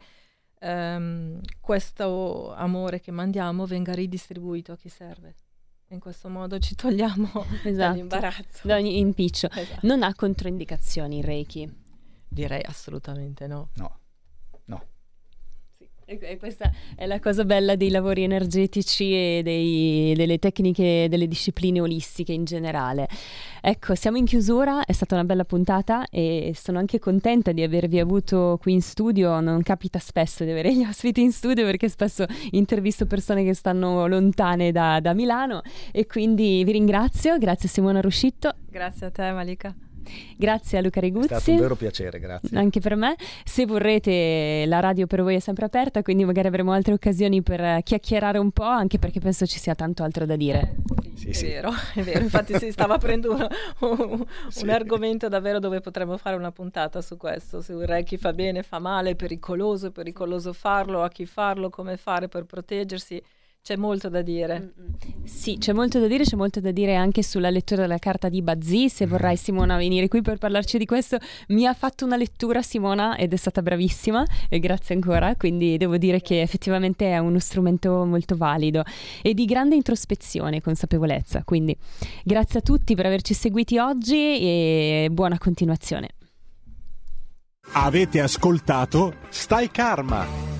[SPEAKER 3] Um, questo amore che mandiamo venga ridistribuito a chi serve. In questo modo ci togliamo
[SPEAKER 2] esatto.
[SPEAKER 3] dall'imbarazzo,
[SPEAKER 2] da ogni impiccio.
[SPEAKER 3] Esatto.
[SPEAKER 2] Non ha controindicazioni il Reiki?
[SPEAKER 3] Direi assolutamente no.
[SPEAKER 4] No, no.
[SPEAKER 2] Sì. E questa è la cosa bella dei lavori energetici e dei, delle tecniche, delle discipline olistiche in generale. Ecco, siamo in chiusura, è stata una bella puntata e sono anche contenta di avervi avuto qui in studio. Non capita spesso di avere gli ospiti in studio perché spesso intervisto persone che stanno lontane da, da Milano, e quindi vi ringrazio. Grazie Simona Ruscitto.
[SPEAKER 3] Grazie a te Malika.
[SPEAKER 2] Grazie a Luca Riguzzi.
[SPEAKER 4] È stato un vero piacere, grazie.
[SPEAKER 2] Anche per me. Se vorrete, la radio per voi è sempre aperta, quindi magari avremo altre occasioni per chiacchierare un po', anche perché penso ci sia tanto altro da dire.
[SPEAKER 3] Eh, sì,
[SPEAKER 4] sì,
[SPEAKER 3] è
[SPEAKER 4] sì.
[SPEAKER 3] vero, è vero. Infatti si stava aprendo un, un,
[SPEAKER 4] sì.
[SPEAKER 3] un argomento davvero dove potremmo fare una puntata su questo, su il Reiki fa bene, fa male, è pericoloso, è pericoloso farlo, a chi farlo, come fare per proteggersi. C'è molto da dire.
[SPEAKER 2] Sì, c'è molto da dire, c'è molto da dire anche sulla lettura della carta di Bazzi. Se vorrai Simona venire qui per parlarci di questo, mi ha fatto una lettura Simona ed è stata bravissima, e grazie ancora, quindi devo dire che effettivamente è uno strumento molto valido e di grande introspezione e consapevolezza, quindi grazie a tutti per averci seguiti oggi e buona continuazione.
[SPEAKER 1] Avete ascoltato Stai Karma.